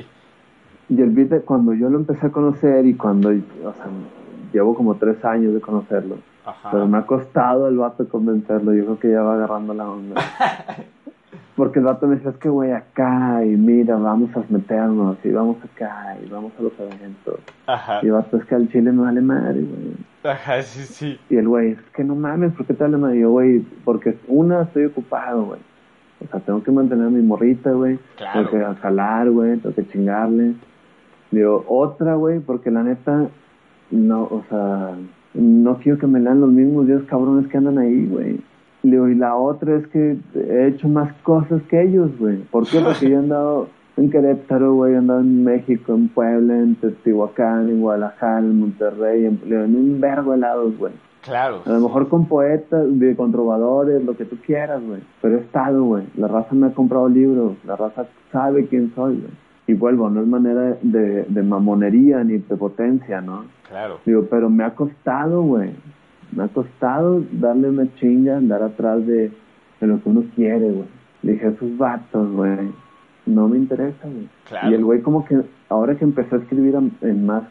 Y el beat, cuando yo lo empecé a conocer y cuando, o sea, llevo como 3 años de conocerlo, pero me ha costado el vato convencerlo, yo creo que ya va agarrando la onda. Porque el vato me decía, es que güey, acá, y mira, vamos a meternos, y vamos acá, y vamos a los eventos. Y el vato, es que al chile me vale madre, güey. Ajá, sí. Y el güey, es que no mames, ¿por qué te vale madre? Y yo, güey, porque estoy ocupado, güey. O sea, tengo que mantener a mi morrita, güey. Claro. Tengo que jalar, güey, tengo que chingarle. Digo, otra, güey, porque la neta, no, o sea, no quiero que me lean los mismos 10 cabrones que andan ahí, güey. Digo, y la otra es que he hecho más cosas que ellos, güey. ¿Por qué? Porque yo he andado en Querétaro, güey, he andado en México, en Puebla, en Teotihuacán, en Guadalajara, en Monterrey, en un vergo de lados, güey. Claro. A lo mejor con poetas, con trovadores, lo que tú quieras, güey. Pero he estado, güey. La raza me ha comprado libros, la raza sabe quién soy, güey. Y vuelvo, no es manera de mamonería ni de potencia, ¿no? Claro. Digo, pero me ha costado, güey. Me ha costado darle una chinga, andar atrás de lo que uno quiere, güey. Le dije, esos vatos, güey, no me interesa, güey. Claro. Y el güey como que, ahora que empezó a escribir en más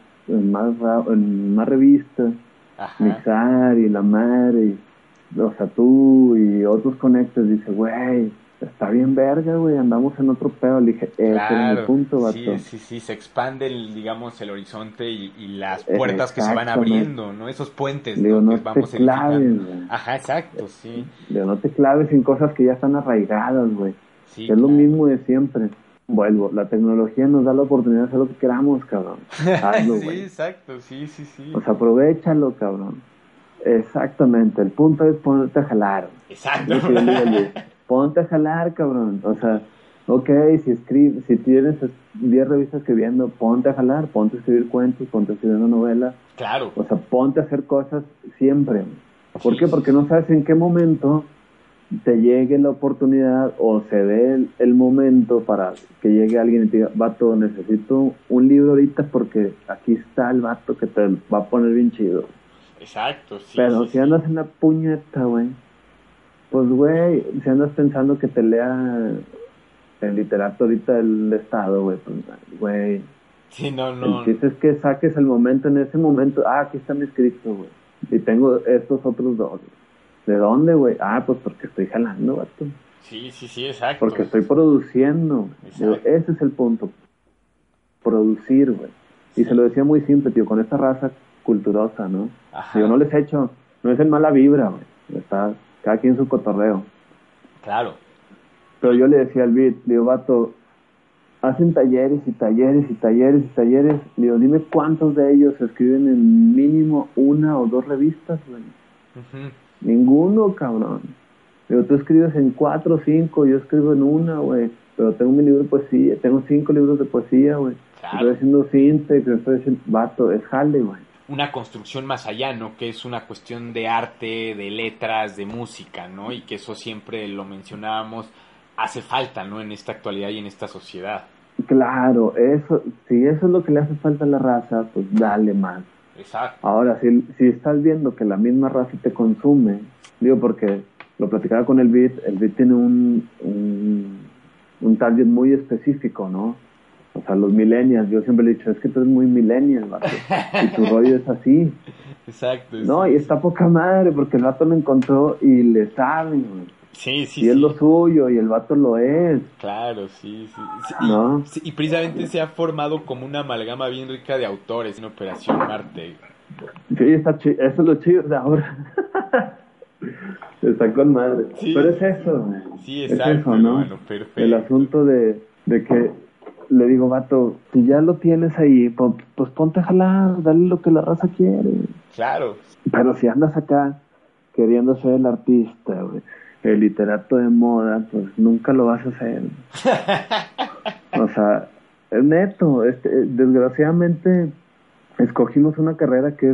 revistas, mixar y la madre, y, o sea, tú y otros conectes, dice, güey, está bien verga, güey, andamos en otro pedo. Le dije, claro, es mi punto, vato. Sí, se expande, digamos, el horizonte y las puertas que se van abriendo, ¿no? Esos puentes, digo, ¿no? No que vamos te claves, güey. Ajá, exacto, sí. Digo, no te claves en cosas que ya están arraigadas, güey. Sí, es lo mismo de siempre. Vuelvo, la tecnología nos da la oportunidad de hacer lo que queramos, cabrón. Hazlo, sí, güey. exacto, sí. O sea, aprovéchalo, cabrón. Exactamente, el punto es ponerte a jalar. Exacto. Ponte a jalar, cabrón. O sea, ok, si tienes 10 revistas escribiendo, ponte a jalar, ponte a escribir cuentos, ponte a escribir una novela. Claro. O sea, ponte a hacer cosas siempre. ¿Por qué? Porque no sabes en qué momento te llegue la oportunidad o se dé el momento para que llegue alguien y te diga, vato, necesito un libro ahorita porque aquí está el vato que te va a poner bien chido. Exacto, sí. Pero si andas en la puñeta, güey, Pues, güey, si andas pensando que te lea el literato ahorita del Estado, güey, pues, güey. Sí, no. El chiste es que saques el momento, en ese momento, aquí está mi escrito, güey. Y tengo estos otros dos. ¿De dónde, güey? Pues porque estoy jalando, vato. Sí, exacto. Porque estoy produciendo. Digo, ese es el punto. Producir, güey. Sí. Y se lo decía muy simple, tío, con esta raza culturosa, ¿no? Ajá. Digo, no les echo, no es en mala vibra, güey. Está cada quien su cotorreo. Claro. Pero yo le decía al Beat, digo, vato, hacen talleres y talleres y talleres y talleres. Digo, dime cuántos de ellos escriben en mínimo 1 o 2 revistas, güey. Uh-huh. Ninguno, cabrón. Digo, tú escribes en 4 o 5, yo escribo en 1, güey. Pero tengo mi libro de poesía, tengo 5 libros de poesía, güey. Claro. Estoy haciendo fintech, estoy haciendo, vato, es jale, güey. Una construcción más allá, ¿no? Que es una cuestión de arte, de letras, de música, ¿no? Y que eso siempre lo mencionábamos, hace falta, ¿no? En esta actualidad y en esta sociedad. Claro, eso, si eso es lo que le hace falta a la raza, pues dale más. Exacto. Ahora, si estás viendo que la misma raza te consume, digo, porque lo platicaba con el Beat tiene un target muy específico, ¿no? O sea, los millennials, yo siempre le he dicho, es que tú eres muy millennial, vato, y tu rollo es así. Exacto. No, sí. Y está poca madre, porque el vato lo encontró y le sabe, güey. Sí. Y es lo suyo, y el vato lo es. Claro, sí. ¿No? Y precisamente se ha formado como una amalgama bien rica de autores en Operación Marte. Sí, eso es lo chido de ahora. Está con madre. Sí. Pero es eso, güey. Sí, exacto, es eso, ¿no? Hermano, perfecto. El asunto de que le digo, vato, si ya lo tienes ahí, pues ponte a jalar, dale lo que la raza quiere. Claro. Pero si andas acá queriendo ser el artista, güey, el literato de moda, pues nunca lo vas a hacer. O sea, es neto. Desgraciadamente, escogimos una carrera que es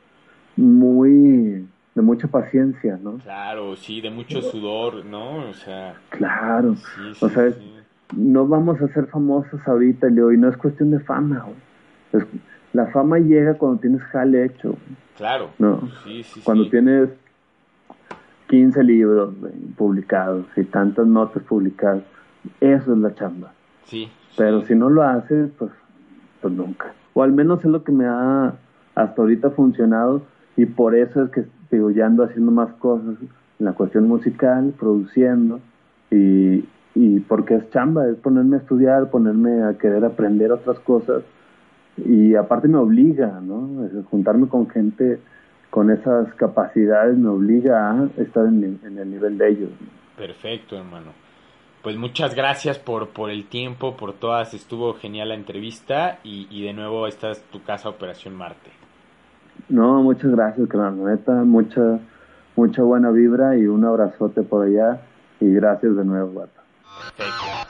de mucha paciencia, ¿no? Claro, sí, de mucho sudor, ¿no? O sea... Claro. Sí, o sea, no vamos a ser famosos ahorita, Leo, y no es cuestión de fama, güey. La fama llega cuando tienes jale hecho, güey. Claro. No. Cuando tienes 15 libros, güey, publicados y tantas notas publicadas, eso es la chamba. Sí. Pero si no lo haces, pues nunca. O al menos es lo que me ha hasta ahorita funcionado, y por eso es que ya ando haciendo más cosas en la cuestión musical, produciendo, y porque es chamba, es ponerme a estudiar, ponerme a querer aprender otras cosas, y aparte me obliga, ¿no? Juntarme con gente con esas capacidades me obliga a estar en el nivel de ellos, ¿no? Perfecto, hermano. Pues muchas gracias por el tiempo, por todas, estuvo genial la entrevista, y de nuevo esta es tu casa, Operación Marte. No, muchas gracias, carnal, neta, mucha buena vibra y un abrazote por allá, y gracias de nuevo, vato. Perfecto.